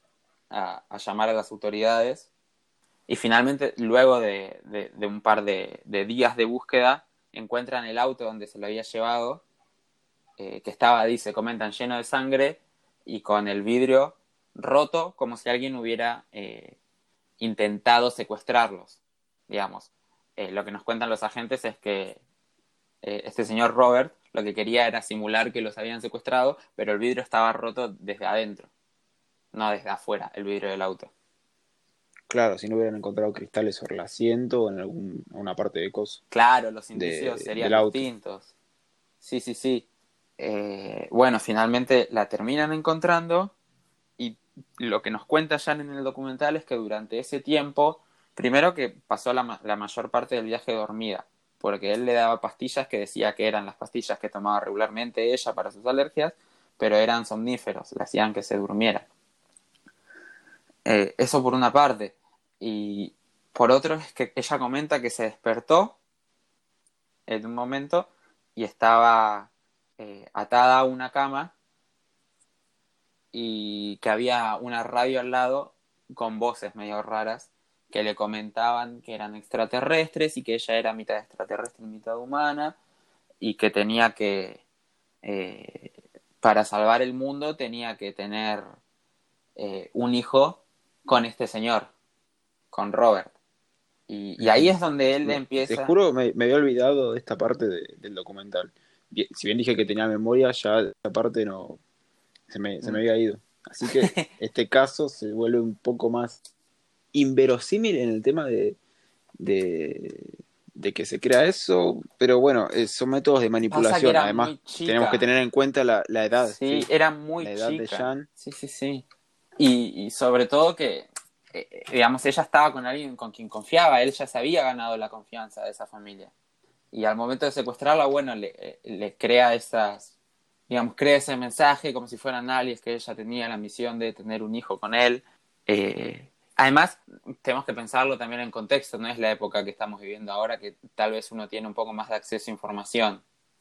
a, a llamar a las autoridades. Y finalmente, luego de, de, de un par de, de días de búsqueda, encuentran el auto donde se lo había llevado, eh, que estaba, dice, comentan, lleno de sangre y con el vidrio roto, como si alguien hubiera eh, intentado secuestrarlos, digamos. Eh, lo que nos cuentan los agentes es que eh, este señor Robert lo que quería era simular que los habían secuestrado, pero el vidrio estaba roto desde adentro, no desde afuera, el vidrio del auto. Claro, si no hubieran encontrado cristales sobre el asiento o en alguna parte de coso Claro, los indicios de, del serían auto. distintos. Sí, sí, sí. Eh, bueno, finalmente la terminan encontrando y lo que nos cuenta Jan en el documental es que durante ese tiempo, primero que pasó la, la mayor parte del viaje dormida, porque él le daba pastillas que decía que eran las pastillas que tomaba regularmente ella para sus alergias, pero eran somníferos, le hacían que se durmiera. Eh, eso por una parte. Y por otro es que ella comenta que se despertó en un momento y estaba eh, atada a una cama y que había una radio al lado con voces medio raras que le comentaban que eran extraterrestres y que ella era mitad extraterrestre y mitad humana y que tenía que, eh, para salvar el mundo, tenía que tener eh, un hijo con este señor, con Robert. Y, y ahí es donde él Me- te empieza... juro, me, me había olvidado de esta parte de- del documental. Bien, si bien dije que tenía memoria, ya esta parte no se me, se me había ido. Así que este caso se vuelve un poco más inverosímil en el tema de, de, de que se crea eso, pero bueno, eh, son métodos de Pasa que manipulación. era Además, muy tenemos que chica. tener en cuenta la, la edad, Sí, sí, era muy la edad de chica. Jan. Sí, sí, sí. Y, y sobre todo que, eh, digamos, ella estaba con alguien con quien confiaba. Él ya se había ganado la confianza de esa familia. Y al momento de secuestrarla, bueno, le, eh, le crea esas, digamos, crea ese mensaje como si fueran aliens, que ella tenía la misión de tener un hijo con él. Eh, además, tenemos que pensarlo también en contexto, no es la época que estamos viviendo ahora, que tal vez uno tiene un poco más de acceso a información.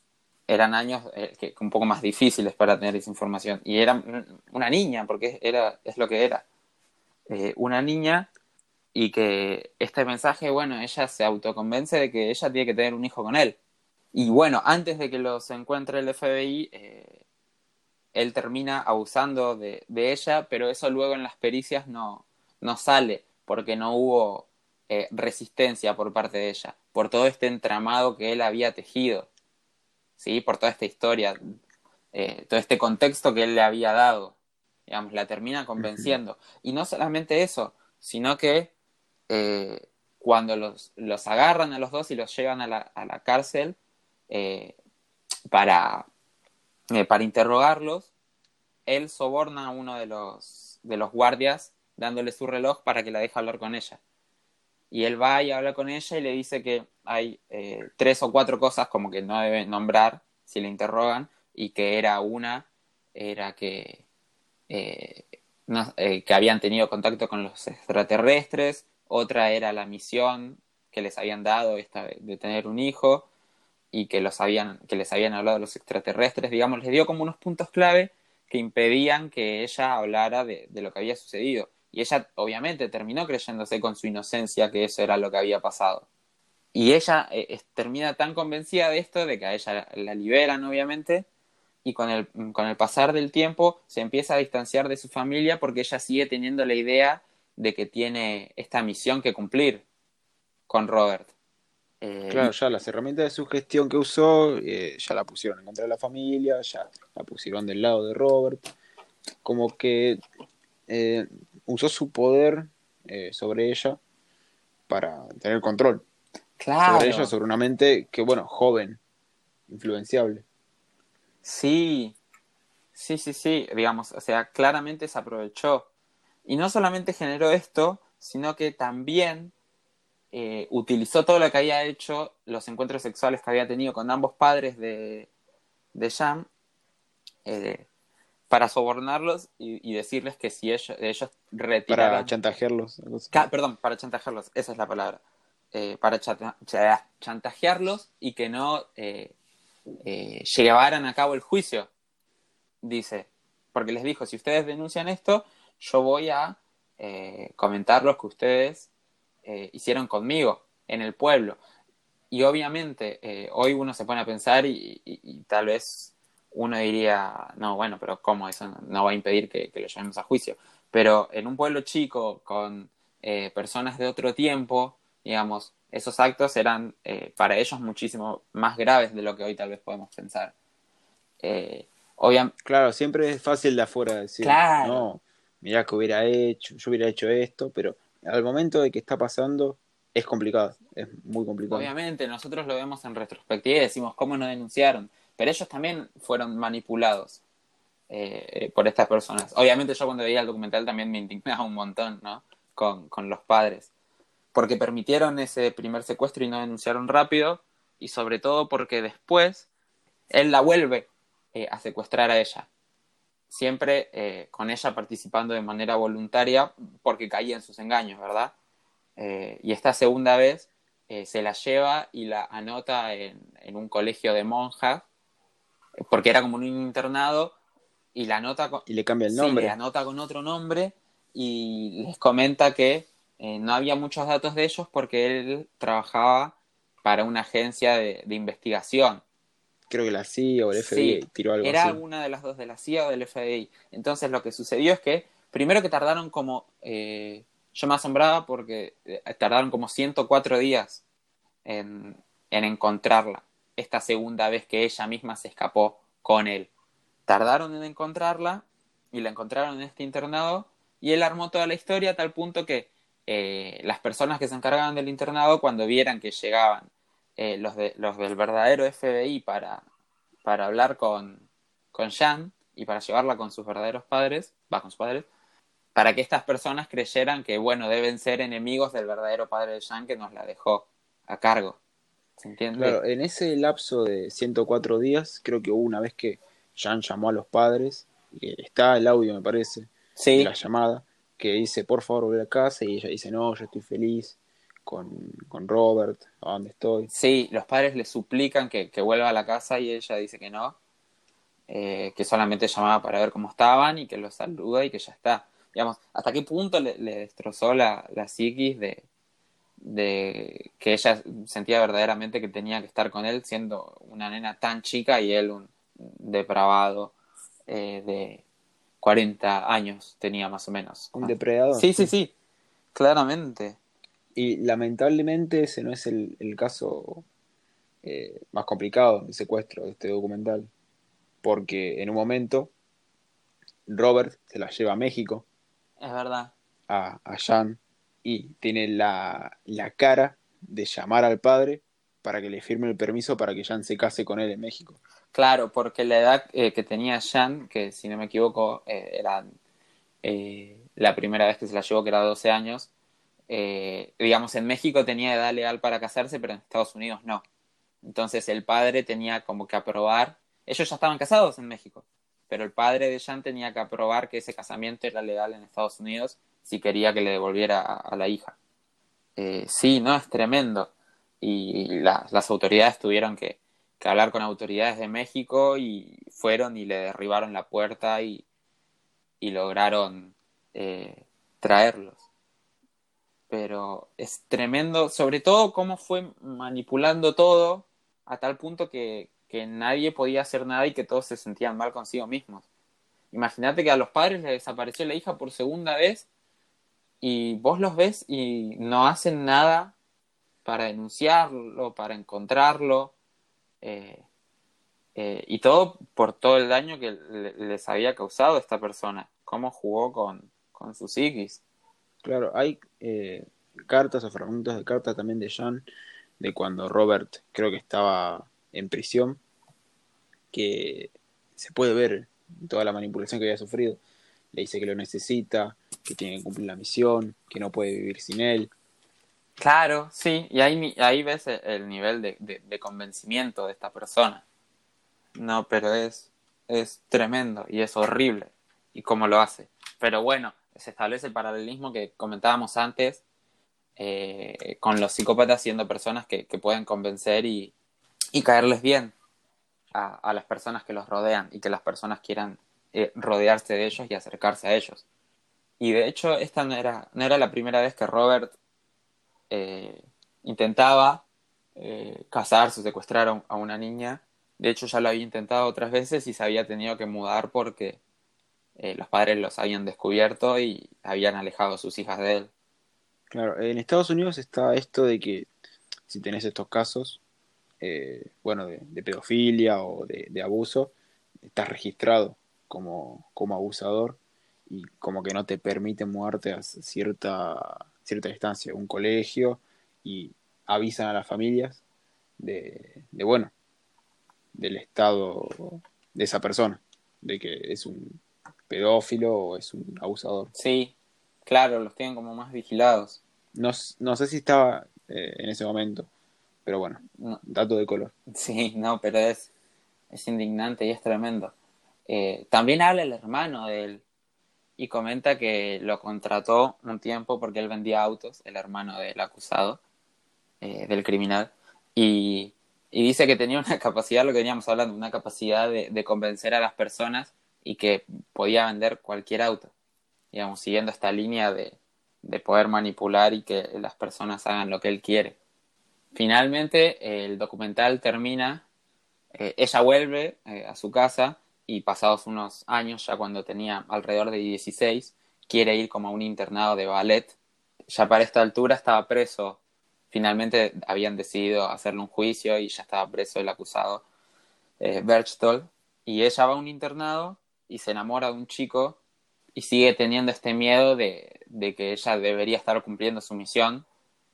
eran años eh, que, un poco más difíciles para tener esa información. Y era una niña, porque era, es lo que era. Eh, una niña, y que este mensaje, bueno, ella se autoconvence de que ella tiene que tener un hijo con él. Y bueno, antes de que los encuentre el F B I, eh, él termina abusando de, de ella, pero eso luego en las pericias no, no sale, porque no hubo eh, resistencia por parte de ella, por todo este entramado que él había tejido, ¿sí? Por toda esta historia, eh, todo este contexto que él le había dado, digamos, la termina Ujú. convenciendo. Y no solamente eso, sino que eh, cuando los, los agarran a los dos y los llevan a la, a la cárcel eh, para, eh, para interrogarlos, él soborna a uno de los, de los guardias dándole su reloj para que la deje hablar con ella. Y él va y habla con ella y le dice que hay eh, tres o cuatro cosas como que no debe nombrar si le interrogan, y que era una, era que, eh, no, eh, que habían tenido contacto con los extraterrestres, otra era la misión que les habían dado esta de tener un hijo, y que, los habían, que les habían hablado los extraterrestres, digamos, les dio como unos puntos clave que impedían que ella hablara de, de lo que había sucedido. Y ella obviamente terminó creyéndose con su inocencia que eso era lo que había pasado. Y ella eh, termina tan convencida de esto, de que a ella la, la liberan obviamente, y con el, con el pasar del tiempo se empieza a distanciar de su familia porque ella sigue teniendo la idea de que tiene esta misión que cumplir con Robert. Eh, Claro, y ya las herramientas de sugestión que usó, eh, ya la pusieron en contra de la familia, ya la pusieron del lado de Robert, como que eh, usó su poder eh, sobre ella para tener control sobre ella, claro, sobre una mente que, bueno, joven, influenciable. sí, sí, sí, sí, digamos, o sea, claramente se aprovechó. Y no solamente generó esto, sino que también eh, utilizó todo lo que había hecho, los encuentros sexuales que había tenido con ambos padres de, de Jean, eh, para sobornarlos y, y decirles que si ellos, ellos Para retiraran, chantajearlos, algo así. ca- perdón, para chantajearlos, esa es la palabra, eh, para chata- cha- chantajearlos y que no eh, eh, llevaran a cabo el juicio, dice, porque les dijo, si ustedes denuncian esto, yo voy a eh, comentar lo que ustedes eh, hicieron conmigo en el pueblo. Y obviamente eh, hoy uno se pone a pensar y, y, y, tal vez uno diría, no, bueno, pero ¿cómo eso no, no va a impedir que, que, lo llevemos a juicio? Pero en un pueblo chico con eh, personas de otro tiempo, digamos, esos actos eran eh, para ellos muchísimo más graves de lo que hoy tal vez podemos pensar. Eh, obviamente, Claro, siempre es fácil de afuera decir, claro, no, mirá que hubiera hecho, yo hubiera hecho esto, pero al momento de que está pasando es complicado, es muy complicado. obviamente nosotros lo vemos en retrospectiva y decimos cómo no denunciaron, pero ellos también fueron manipulados eh, por estas personas. Obviamente yo cuando veía el documental también me indignaba un montón, ¿no? Con, con los padres, porque permitieron ese primer secuestro y no denunciaron rápido, y sobre todo porque después él la vuelve eh, a secuestrar a ella, siempre eh, con ella participando de manera voluntaria porque caía en sus engaños, ¿verdad? Eh, y esta segunda vez eh, se la lleva y la anota en, en un colegio de monjas, porque era como un internado, y la anota con, Y le cambia el sí, le nombre. anota con otro nombre y les comenta que eh, no había muchos datos de ellos porque él trabajaba para una agencia de, de investigación. Creo que la C I A o el Sí, F B I tiró algo era así. alguna de las dos, de la C I A o del F B I. Entonces lo que sucedió es que, primero que tardaron como, eh, yo me asombraba porque eh, tardaron como ciento cuatro días en, en encontrarla, esta segunda vez que ella misma se escapó con él. Tardaron en encontrarla y la encontraron en este internado, y él armó toda la historia a tal punto que eh, las personas que se encargaban del internado, cuando vieran que llegaban eh, los, de, los del verdadero F B I para, para hablar con, con Jan y para llevarla con sus verdaderos padres, va con sus padres, para que estas personas creyeran que, bueno, deben ser enemigos del verdadero padre de Jan que nos la dejó a cargo. ¿Se entiende? Claro, en ese lapso de ciento cuatro días, creo que hubo una vez que Jan llamó a los padres, y está el audio me parece, de la Sí, llamada, que dice por favor volver a casa, y ella dice no, yo estoy feliz, con, con Robert, a dónde estoy. Sí, los padres le suplican que, que vuelva a la casa y ella dice que no, eh, que solamente llamaba para ver cómo estaban y que los saluda y que ya está. Digamos, ¿hasta qué punto le, le destrozó la, la psiquis de, de que ella sentía verdaderamente que tenía que estar con él siendo una nena tan chica y él un depravado eh, de cuarenta años tenía más o menos? Un depredador, Sí, sí, sí. sí, claramente. Y lamentablemente ese no es el, el caso eh, más complicado de secuestro de este documental, porque en un momento Robert se la lleva a México, Es verdad. a, a Jan, y tiene la, la cara de llamar al padre para que le firme el permiso para que Jan se case con él en México. Claro, porque la edad eh, que tenía Jan, que si no me equivoco eh, era eh, la primera vez que se la llevó, que era doce años, eh, digamos, en México tenía edad legal para casarse, pero en Estados Unidos no. Entonces el padre tenía como que aprobar, ellos ya estaban casados en México, pero el padre de Jan tenía que aprobar que ese casamiento era legal en Estados Unidos si quería que le devolviera a, a la hija. Eh, sí, no, es tremendo. Y la, las autoridades tuvieron que, que hablar con autoridades de México y fueron y le derribaron la puerta y, y lograron eh, traerlos. Pero es tremendo, sobre todo cómo fue manipulando todo a tal punto que, que nadie podía hacer nada y que todos se sentían mal consigo mismos. Imagínate que a los padres les desapareció la hija por segunda vez y vos los ves y no hacen nada para denunciarlo, para encontrarlo, eh, eh, y todo por todo el daño que le, les había causado esta persona, cómo jugó con, con su psiquis. Claro, hay eh, cartas o fragmentos de cartas también de Jan, de cuando Robert creo que estaba en prisión, que se puede ver toda la manipulación que había sufrido. Le dice que lo necesita, que tiene que cumplir la misión, que no puede vivir sin él. Claro, sí, y ahí, ahí ves el, el nivel de, de, de convencimiento de esta persona. No, pero es, es tremendo y es horrible y cómo lo hace. Pero bueno, se establece el paralelismo que comentábamos antes eh, con los psicópatas siendo personas que, que pueden convencer y, y caerles bien a, a, las personas que los rodean y que las personas quieran eh, rodearse de ellos y acercarse a ellos. Y de hecho, esta no era, no era la primera vez que Robert eh, intentaba eh, casarse o secuestrar a, a una niña. De hecho, ya lo había intentado otras veces y se había tenido que mudar porque eh, los padres los habían descubierto y habían alejado a sus hijas de él. Claro, en Estados Unidos está esto de que si tenés estos casos, eh, bueno, de, de pedofilia o de, de abuso, estás registrado como, como abusador y como que no te permite mudarte a cierta, cierta distancia, un colegio, y avisan a las familias de, de, bueno, del estado de esa persona, de que es un pedófilo o es un abusador. Sí, claro, los tienen como más vigilados. No, no sé si estaba eh, en ese momento, pero bueno, No, dato de color. sí, no, pero es, es indignante y es tremendo. Eh, también habla el hermano de él y comenta que lo contrató un tiempo porque él vendía autos, el hermano del acusado, eh, del criminal, y, y dice que tenía una capacidad, lo que veníamos hablando, una capacidad de, de convencer a las personas y que podía vender cualquier auto, digamos, siguiendo esta línea de, de poder manipular y que las personas hagan lo que él quiere. Finalmente, el documental termina, eh, ella vuelve eh, a su casa y pasados unos años, ya cuando tenía alrededor de dieciséis, quiere ir como a un internado de ballet. Ya para esta altura estaba preso. Finalmente habían decidido hacerle un juicio y ya estaba preso el acusado, eh, Berchtold. Y ella va a un internado y se enamora de un chico y sigue teniendo este miedo de, de que ella debería estar cumpliendo su misión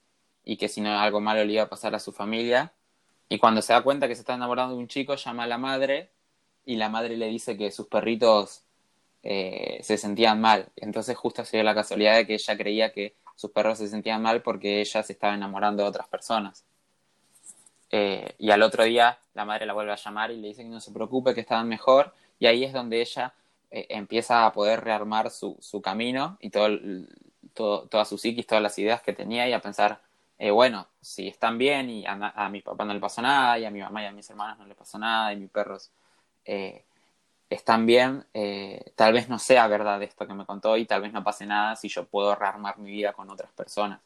y que si no algo malo le iba a pasar a su familia. Y cuando se da cuenta que se está enamorando de un chico, llama a la madre y la madre le dice que sus perritos eh, se sentían mal. Entonces justo se dio la casualidad de que ella creía que sus perros se sentían mal porque ella se estaba enamorando de otras personas. Eh, y al otro día la madre la vuelve a llamar y le dice que no se preocupe, que estaban mejor. Y ahí es donde ella eh, empieza a poder rearmar su, su camino y todo, todo, toda su psiquis, todas las ideas que tenía y a pensar eh, bueno, si están bien y a, a mi papá no le pasó nada, y a mi mamá y a mis hermanos no le pasó nada, y mis perros eh, están bien, eh, tal vez no sea verdad esto que me contó y tal vez no pase nada si yo puedo rearmar mi vida con otras personas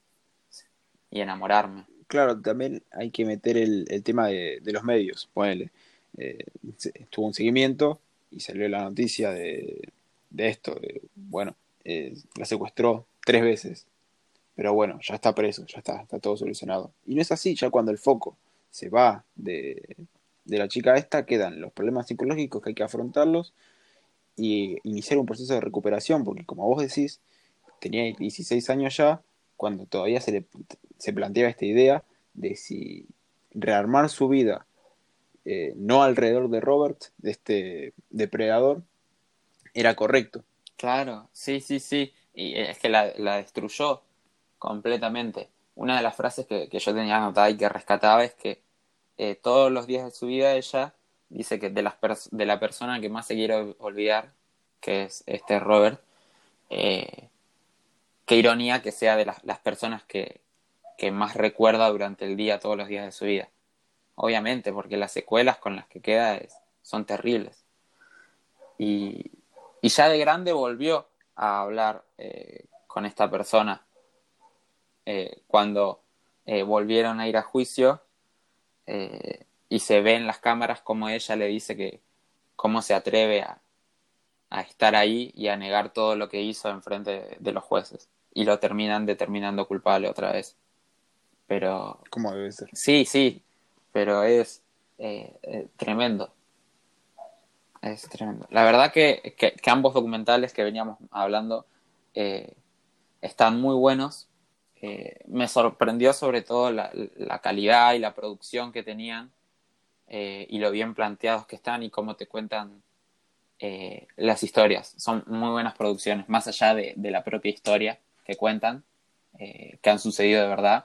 y enamorarme. Claro, también hay que meter el, el tema de, de los medios. Ponele, eh, se- tuvo un seguimiento y salió la noticia de, de esto. De, bueno, eh, la secuestró tres veces, pero bueno, ya está preso, ya está, está todo solucionado. Y no es así, ya cuando el foco se va de, de la chica esta, quedan los problemas psicológicos que hay que afrontarlos y iniciar un proceso de recuperación, porque como vos decís, tenía dieciséis años ya, cuando todavía se le se planteaba esta idea de si rearmar su vida, eh, no alrededor de Robert, de este depredador, era correcto. Claro, sí, sí, sí. Y es que la, la destruyó completamente. Una de las frases que, que yo tenía anotada y que rescataba es que eh, todos los días de su vida ella dice que de, las pers- de la persona que más se quiere ol- olvidar, que es este Robert, eh, qué ironía que sea de las, las personas que, que más recuerda durante el día, todos los días de su vida. Obviamente, porque las secuelas con las que queda es- son terribles. Y, y ya de grande volvió a hablar eh, con esta persona eh, cuando eh, volvieron a ir a juicio eh, y se ve en las cámaras como ella le dice que cómo se atreve a, a estar ahí y a negar todo lo que hizo en frente de, de los jueces y lo terminan determinando culpable otra vez. Pero Como debe ser. sí, sí, pero es eh, eh, tremendo. Es tremendo. La verdad que, que, que ambos documentales que veníamos hablando eh, están muy buenos. Eh, me sorprendió sobre todo la, la, calidad y la producción que tenían eh, y lo bien planteados que están y cómo te cuentan eh, las historias. Son muy buenas producciones, más allá de, de la propia historia que cuentan, eh, que han sucedido de verdad.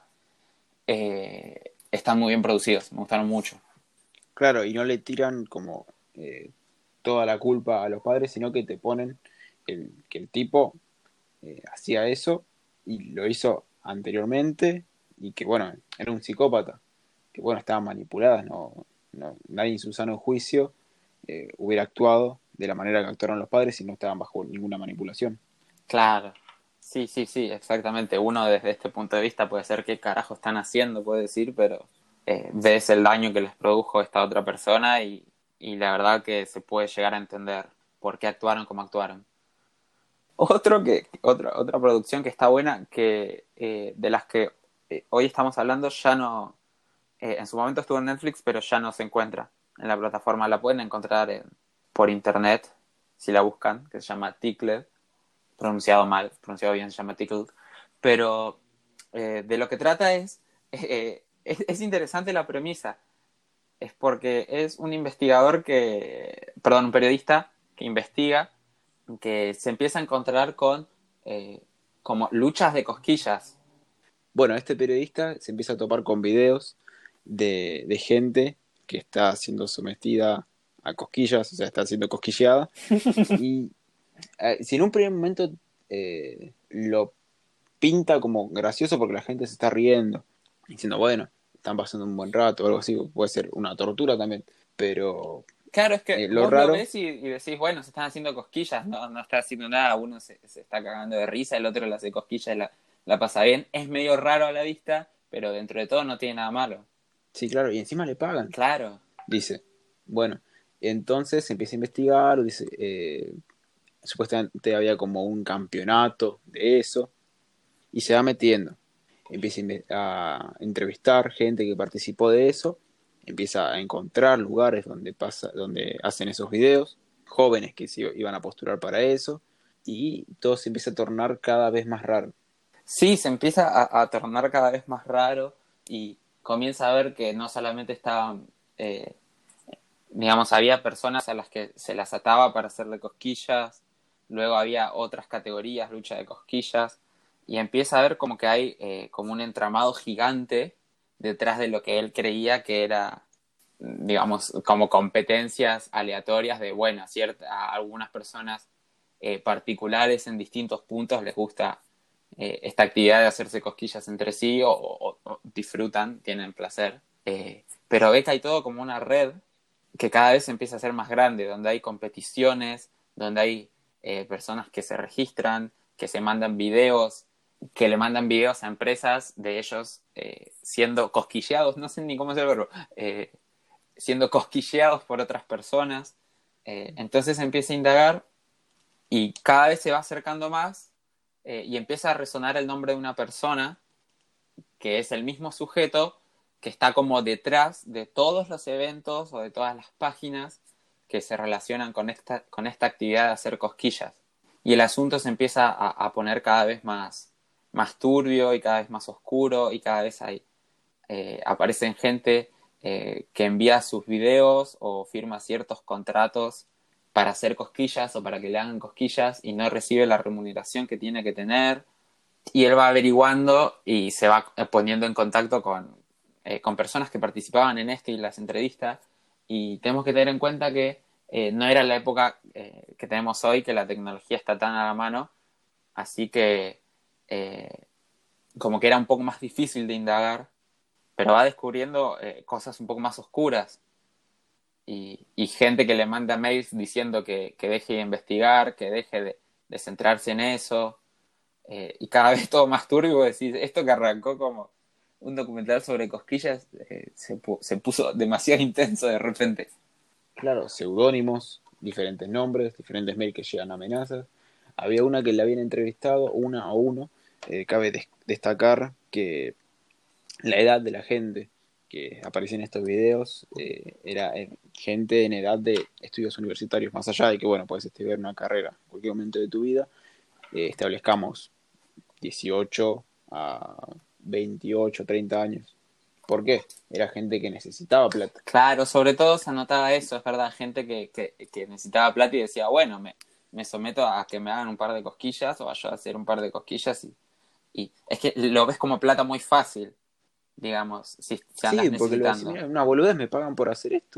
Eh, están muy bien producidos, me gustaron mucho. Claro, y no le tiran como eh, toda la culpa a los padres, sino que te ponen el, que el tipo eh, hacía eso y lo hizo anteriormente y que bueno, era un psicópata, que bueno, estaban manipuladas, no, no, nadie en su sano juicio eh, hubiera actuado de la manera que actuaron los padres si no estaban bajo ninguna manipulación. Claro, sí, sí, sí, exactamente. Uno desde este punto de vista puede ser qué carajo están haciendo, puede decir, pero eh, ves el daño que les produjo esta otra persona y, y la verdad que se puede llegar a entender por qué actuaron como actuaron. Otro que, otra, otra producción que está buena, que eh, de las que eh, hoy estamos hablando, ya no, eh, en su momento estuvo en Netflix, pero ya no se encuentra en la plataforma. La pueden encontrar en- por internet, si la buscan, que se llama Tickled, pronunciado mal, pronunciado bien, se llama Tickled, pero eh, de lo que trata es, eh, es, es interesante la premisa, es porque es un investigador que, perdón, un periodista que investiga, que se empieza a encontrar con eh, como luchas de cosquillas. Bueno, este periodista se empieza a topar con videos de, de gente que está siendo sometida a cosquillas, o sea, está siendo cosquilleada, y eh, si en un primer momento eh, lo pinta como gracioso porque la gente se está riendo, diciendo, bueno, están pasando un buen rato o algo así, puede ser una tortura también, pero Claro, es que eh, lo vos lo raro, ves y, y decís, bueno, se están haciendo cosquillas, no, no está haciendo nada, uno se, se está cagando de risa, el otro le hace cosquillas y la, la pasa bien. Es medio raro a la vista, pero dentro de todo no tiene nada malo. sí, claro, y encima le pagan, Claro. dice, bueno, entonces se empieza a investigar, dice, eh, supuestamente había como un campeonato de eso, y se va metiendo. Empieza a entrevistar gente que participó de eso, empieza a encontrar lugares donde, pasa, donde hacen esos videos, jóvenes que se iban a postular para eso, y todo se empieza a tornar cada vez más raro. Sí, se empieza a, a tornar cada vez más raro y comienza a ver que no solamente estaban, eh, digamos, había personas a las que se las ataba para hacerle cosquillas, luego había otras categorías, lucha de cosquillas, y empieza a ver como que hay eh, como un entramado gigante detrás de lo que él creía que era, digamos, como competencias aleatorias de, bueno, cierta, a algunas personas eh, particulares en distintos puntos les gusta eh, esta actividad de hacerse cosquillas entre sí o, o- o disfrutan, tienen placer. Eh, pero ve que hay todo como una red que cada vez empieza a ser más grande, donde hay competiciones, donde hay eh, personas que se registran, que se mandan videos, que le mandan videos a empresas de ellos eh, siendo cosquilleados, no sé ni cómo es el verbo, eh, siendo cosquilleados por otras personas. Eh, entonces empieza a indagar y cada vez se va acercando más eh, y empieza a resonar el nombre de una persona que es el mismo sujeto que está como detrás de todos los eventos o de todas las páginas que se relacionan con esta, con esta actividad de hacer cosquillas. Y el asunto se empieza a, a poner cada vez más, más turbio y cada vez más oscuro y cada vez hay, eh, aparecen gente eh, que envía sus videos o firma ciertos contratos para hacer cosquillas o para que le hagan cosquillas y no recibe la remuneración que tiene que tener y él va averiguando y se va poniendo en contacto con, eh, con personas que participaban en esto y las entrevistas. Y tenemos que tener en cuenta que eh, no era la época eh, que tenemos hoy, que la tecnología está tan a la mano, así que eh, como que era un poco más difícil de indagar, pero va descubriendo eh, cosas un poco más oscuras y, y gente que le manda mails diciendo que, que deje de investigar, que deje de, de centrarse en eso eh, y cada vez todo más turbio, decís, esto que arrancó como un documental sobre cosquillas eh, se, pu- se puso demasiado intenso de repente. Claro, seudónimos, diferentes nombres, diferentes mails que llegan amenazas. Había una que le habían entrevistado, una a uno. Eh, cabe des- destacar que la edad de la gente que aparecía en estos videos eh, era eh, gente en edad de estudios universitarios, más allá de que, bueno, puedes estudiar una carrera en cualquier momento de tu vida, eh, establezcamos dieciocho a veintiocho, treinta años. ¿Por qué? Era gente que necesitaba plata. Claro, sobre todo se anotaba eso, es verdad, gente que, que, que necesitaba plata y decía, bueno, me, me someto a que me hagan un par de cosquillas o a yo hacer un par de cosquillas y, y es que lo ves como plata muy fácil, digamos, si, si andas Sí, porque lo decía, necesitando. mira, una boludez, me pagan por hacer esto.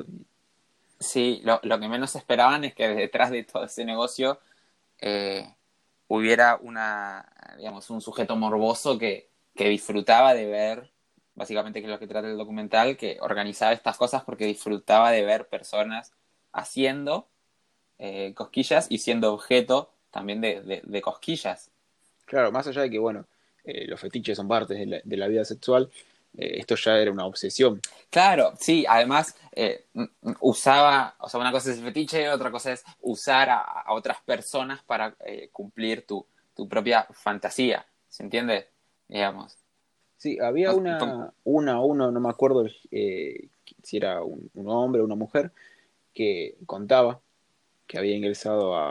Sí, lo, lo que menos esperaban es que detrás de todo ese negocio eh, hubiera una, digamos, un sujeto morboso que, que disfrutaba de ver, básicamente que es lo que trata el documental, que organizaba estas cosas porque disfrutaba de ver personas haciendo eh, cosquillas y siendo objeto también de, de, de cosquillas. Claro, más allá de que, bueno, eh, los fetiches son partes de la, de la vida sexual, eh, esto ya era una obsesión. Claro, sí, además eh, usaba, o sea, una cosa es el fetiche, otra cosa es usar a, a otras personas para eh, cumplir tu, tu propia fantasía, ¿se entiende? Digamos. Sí, había No, una, una, uno, no me acuerdo eh, si era un, un hombre o una mujer, que contaba que había ingresado a,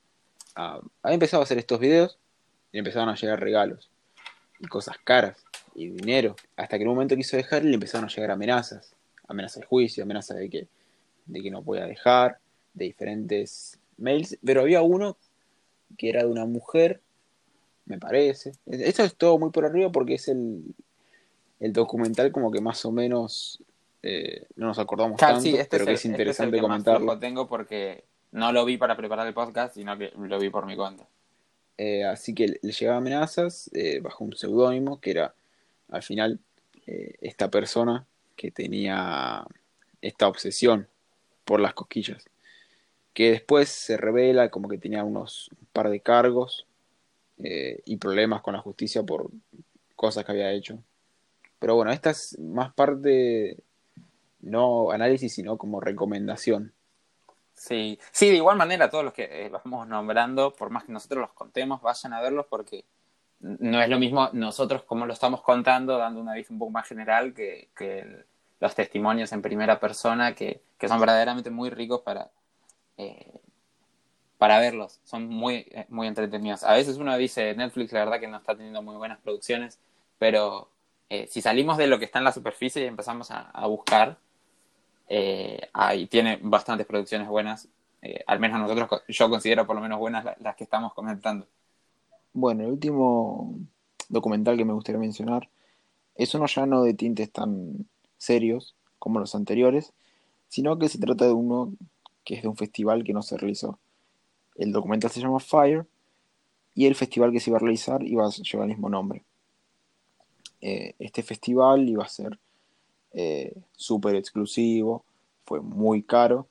a- había empezado a hacer estos videos y le empezaron a llegar regalos y cosas caras y dinero, hasta que en un momento quiso dejar y le empezaron a llegar amenazas, amenazas de juicio, amenazas de que, de que no podía dejar, de diferentes mails, pero había uno que era de una mujer, me parece. Esto es todo muy por arriba porque es el, el documental como que más o menos eh, no nos acordamos claro, sí, tanto, este pero es que el, es este es el interesante que más comentarlo. flojo tengo porque no lo vi para preparar el podcast, sino que lo vi por mi cuenta. Eh, así que le llegaba amenazas eh, bajo un seudónimo que era al final eh, esta persona que tenía esta obsesión por las cosquillas, que después se revela como que tenía unos un par de cargos eh, y problemas con la justicia por cosas que había hecho. Pero bueno, esta es más parte, no análisis, sino como recomendación. Sí, sí, de igual manera todos los que eh, vamos nombrando, por más que nosotros los contemos, vayan a verlos porque no es lo mismo nosotros como lo estamos contando, dando una visión un poco más general que, que el- los testimonios en primera persona que, que son verdaderamente muy ricos para, eh, para verlos. Son muy, eh, muy entretenidos. A veces uno dice, Netflix la verdad que no está teniendo muy buenas producciones, pero eh, si salimos de lo que está en la superficie y empezamos a, a buscar, eh, ahí tiene bastantes producciones buenas. Eh, al menos nosotros, yo considero por lo menos buenas las, las que estamos comentando. Bueno, el último documental que me gustaría mencionar es uno ya no de tintes tan serios como los anteriores, sino que se trata de uno que es de un festival que no se realizó. El documental se llama Fire y el festival que se iba a realizar iba a llevar el mismo nombre. Eh, este festival iba a ser eh, súper exclusivo, fue muy caro,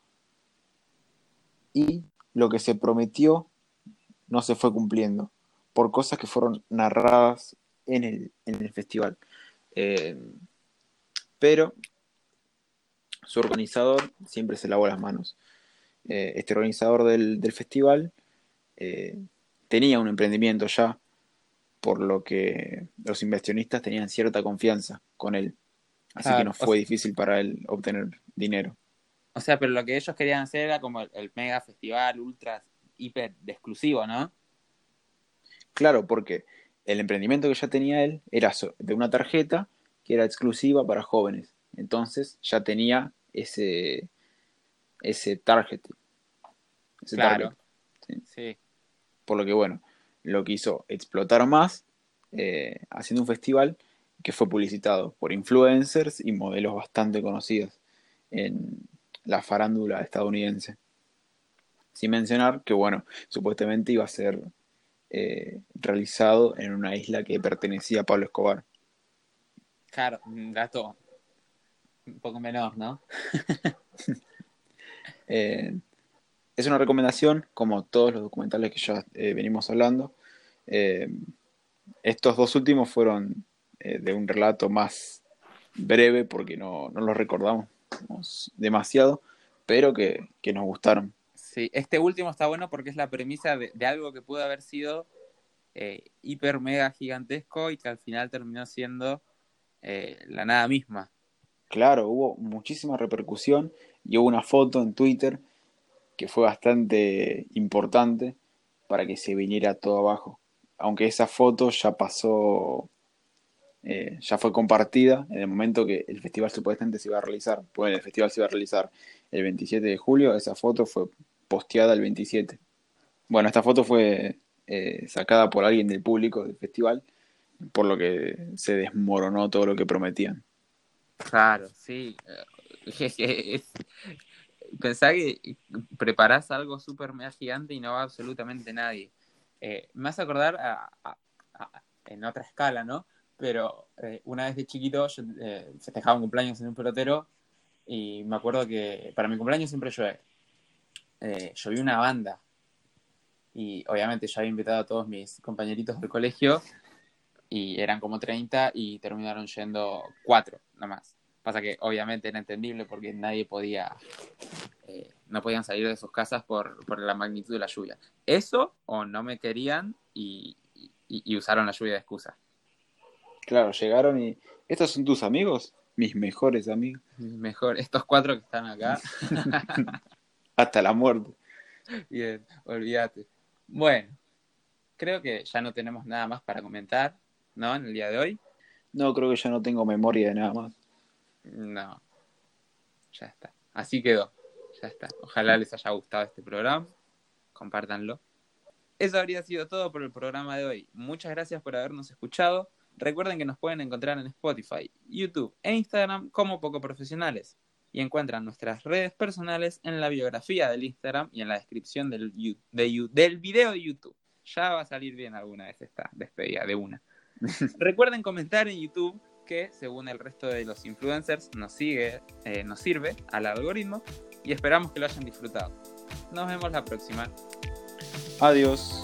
y lo que se prometió no se fue cumpliendo por cosas que fueron narradas en el, en el festival. Eh, pero su organizador siempre se lavó las manos. Eh, este organizador del, del festival eh, tenía un emprendimiento ya, por lo que los inversionistas tenían cierta confianza con él. Así que no Claro, o, fue difícil para él obtener dinero. o sea, pero lo que ellos querían hacer era como el, el mega festival ultra hiper de exclusivo, ¿no? Claro, porque el emprendimiento que ya tenía él era de una tarjeta que era exclusiva para jóvenes. Entonces ya tenía ese, ese target. Ese target, Claro, ¿sí? sí. Por lo que, bueno, lo quiso explotar más eh, haciendo un festival que fue publicitado por influencers y modelos bastante conocidos en la farándula estadounidense. Sin mencionar que, bueno, supuestamente iba a ser eh, realizado en una isla que pertenecía a Pablo Escobar. Claro, un gasto un poco menor, ¿no? Eh, es una recomendación, como todos los documentales que ya eh, venimos hablando. Eh, estos dos últimos fueron eh, de un relato más breve porque no, no los recordamos demasiado, pero que, que nos gustaron. Sí, este último está bueno porque es la premisa de, de algo que pudo haber sido eh, hiper mega gigantesco y que al final terminó siendo eh, la nada misma. Claro, hubo muchísima repercusión y hubo una foto en Twitter que fue bastante importante para que se viniera todo abajo. Aunque esa foto ya pasó, eh, ya fue compartida en el momento que el festival supuestamente se iba a realizar. Pues el festival se iba a realizar el veintisiete de julio, esa foto fue posteada el veintisiete. Bueno, esta foto fue eh, sacada por alguien del público del festival, por lo que se desmoronó todo lo que prometían. Claro, sí. Es, es, pensá que preparás algo súper mega gigante y no va absolutamente nadie. Eh, me hace acordar a, a, a, en otra escala, ¿no? Pero eh, una vez de chiquito yo eh, festejaba un cumpleaños en un pelotero y me acuerdo que para mi cumpleaños siempre llueve. Eh, yo vi una banda y obviamente yo había invitado a todos mis compañeritos del colegio y eran como treinta y terminaron yendo cuatro nomás. Pasa que obviamente era entendible porque nadie podía, eh, no podían salir de sus casas por, por la magnitud de la lluvia. Eso o no me querían y, y, y usaron la lluvia de excusa. Claro, llegaron y... ¿Estos son tus amigos? Mis mejores amigos. Mejor, estos cuatro que están acá, Hasta la muerte. bien, olvídate. Bueno, creo que ya no tenemos nada más para comentar, ¿no? En el día de hoy. No, creo que ya no tengo memoria de nada más. No, ya está. Así quedó. Ya está. Ojalá les haya gustado este programa. Compártanlo. Eso habría sido todo por el programa de hoy. Muchas gracias por habernos escuchado. Recuerden que nos pueden encontrar en Spotify, YouTube e Instagram como Poco Profesionales. Y encuentran nuestras redes personales en la biografía del Instagram y en la descripción del, de, del video de YouTube. Ya va a salir bien alguna vez esta despedida de una. Recuerden comentar en YouTube que, según el resto de los influencers, nos sigue, eh, nos sirve al algoritmo y esperamos que lo hayan disfrutado. Nos vemos la próxima. Adiós.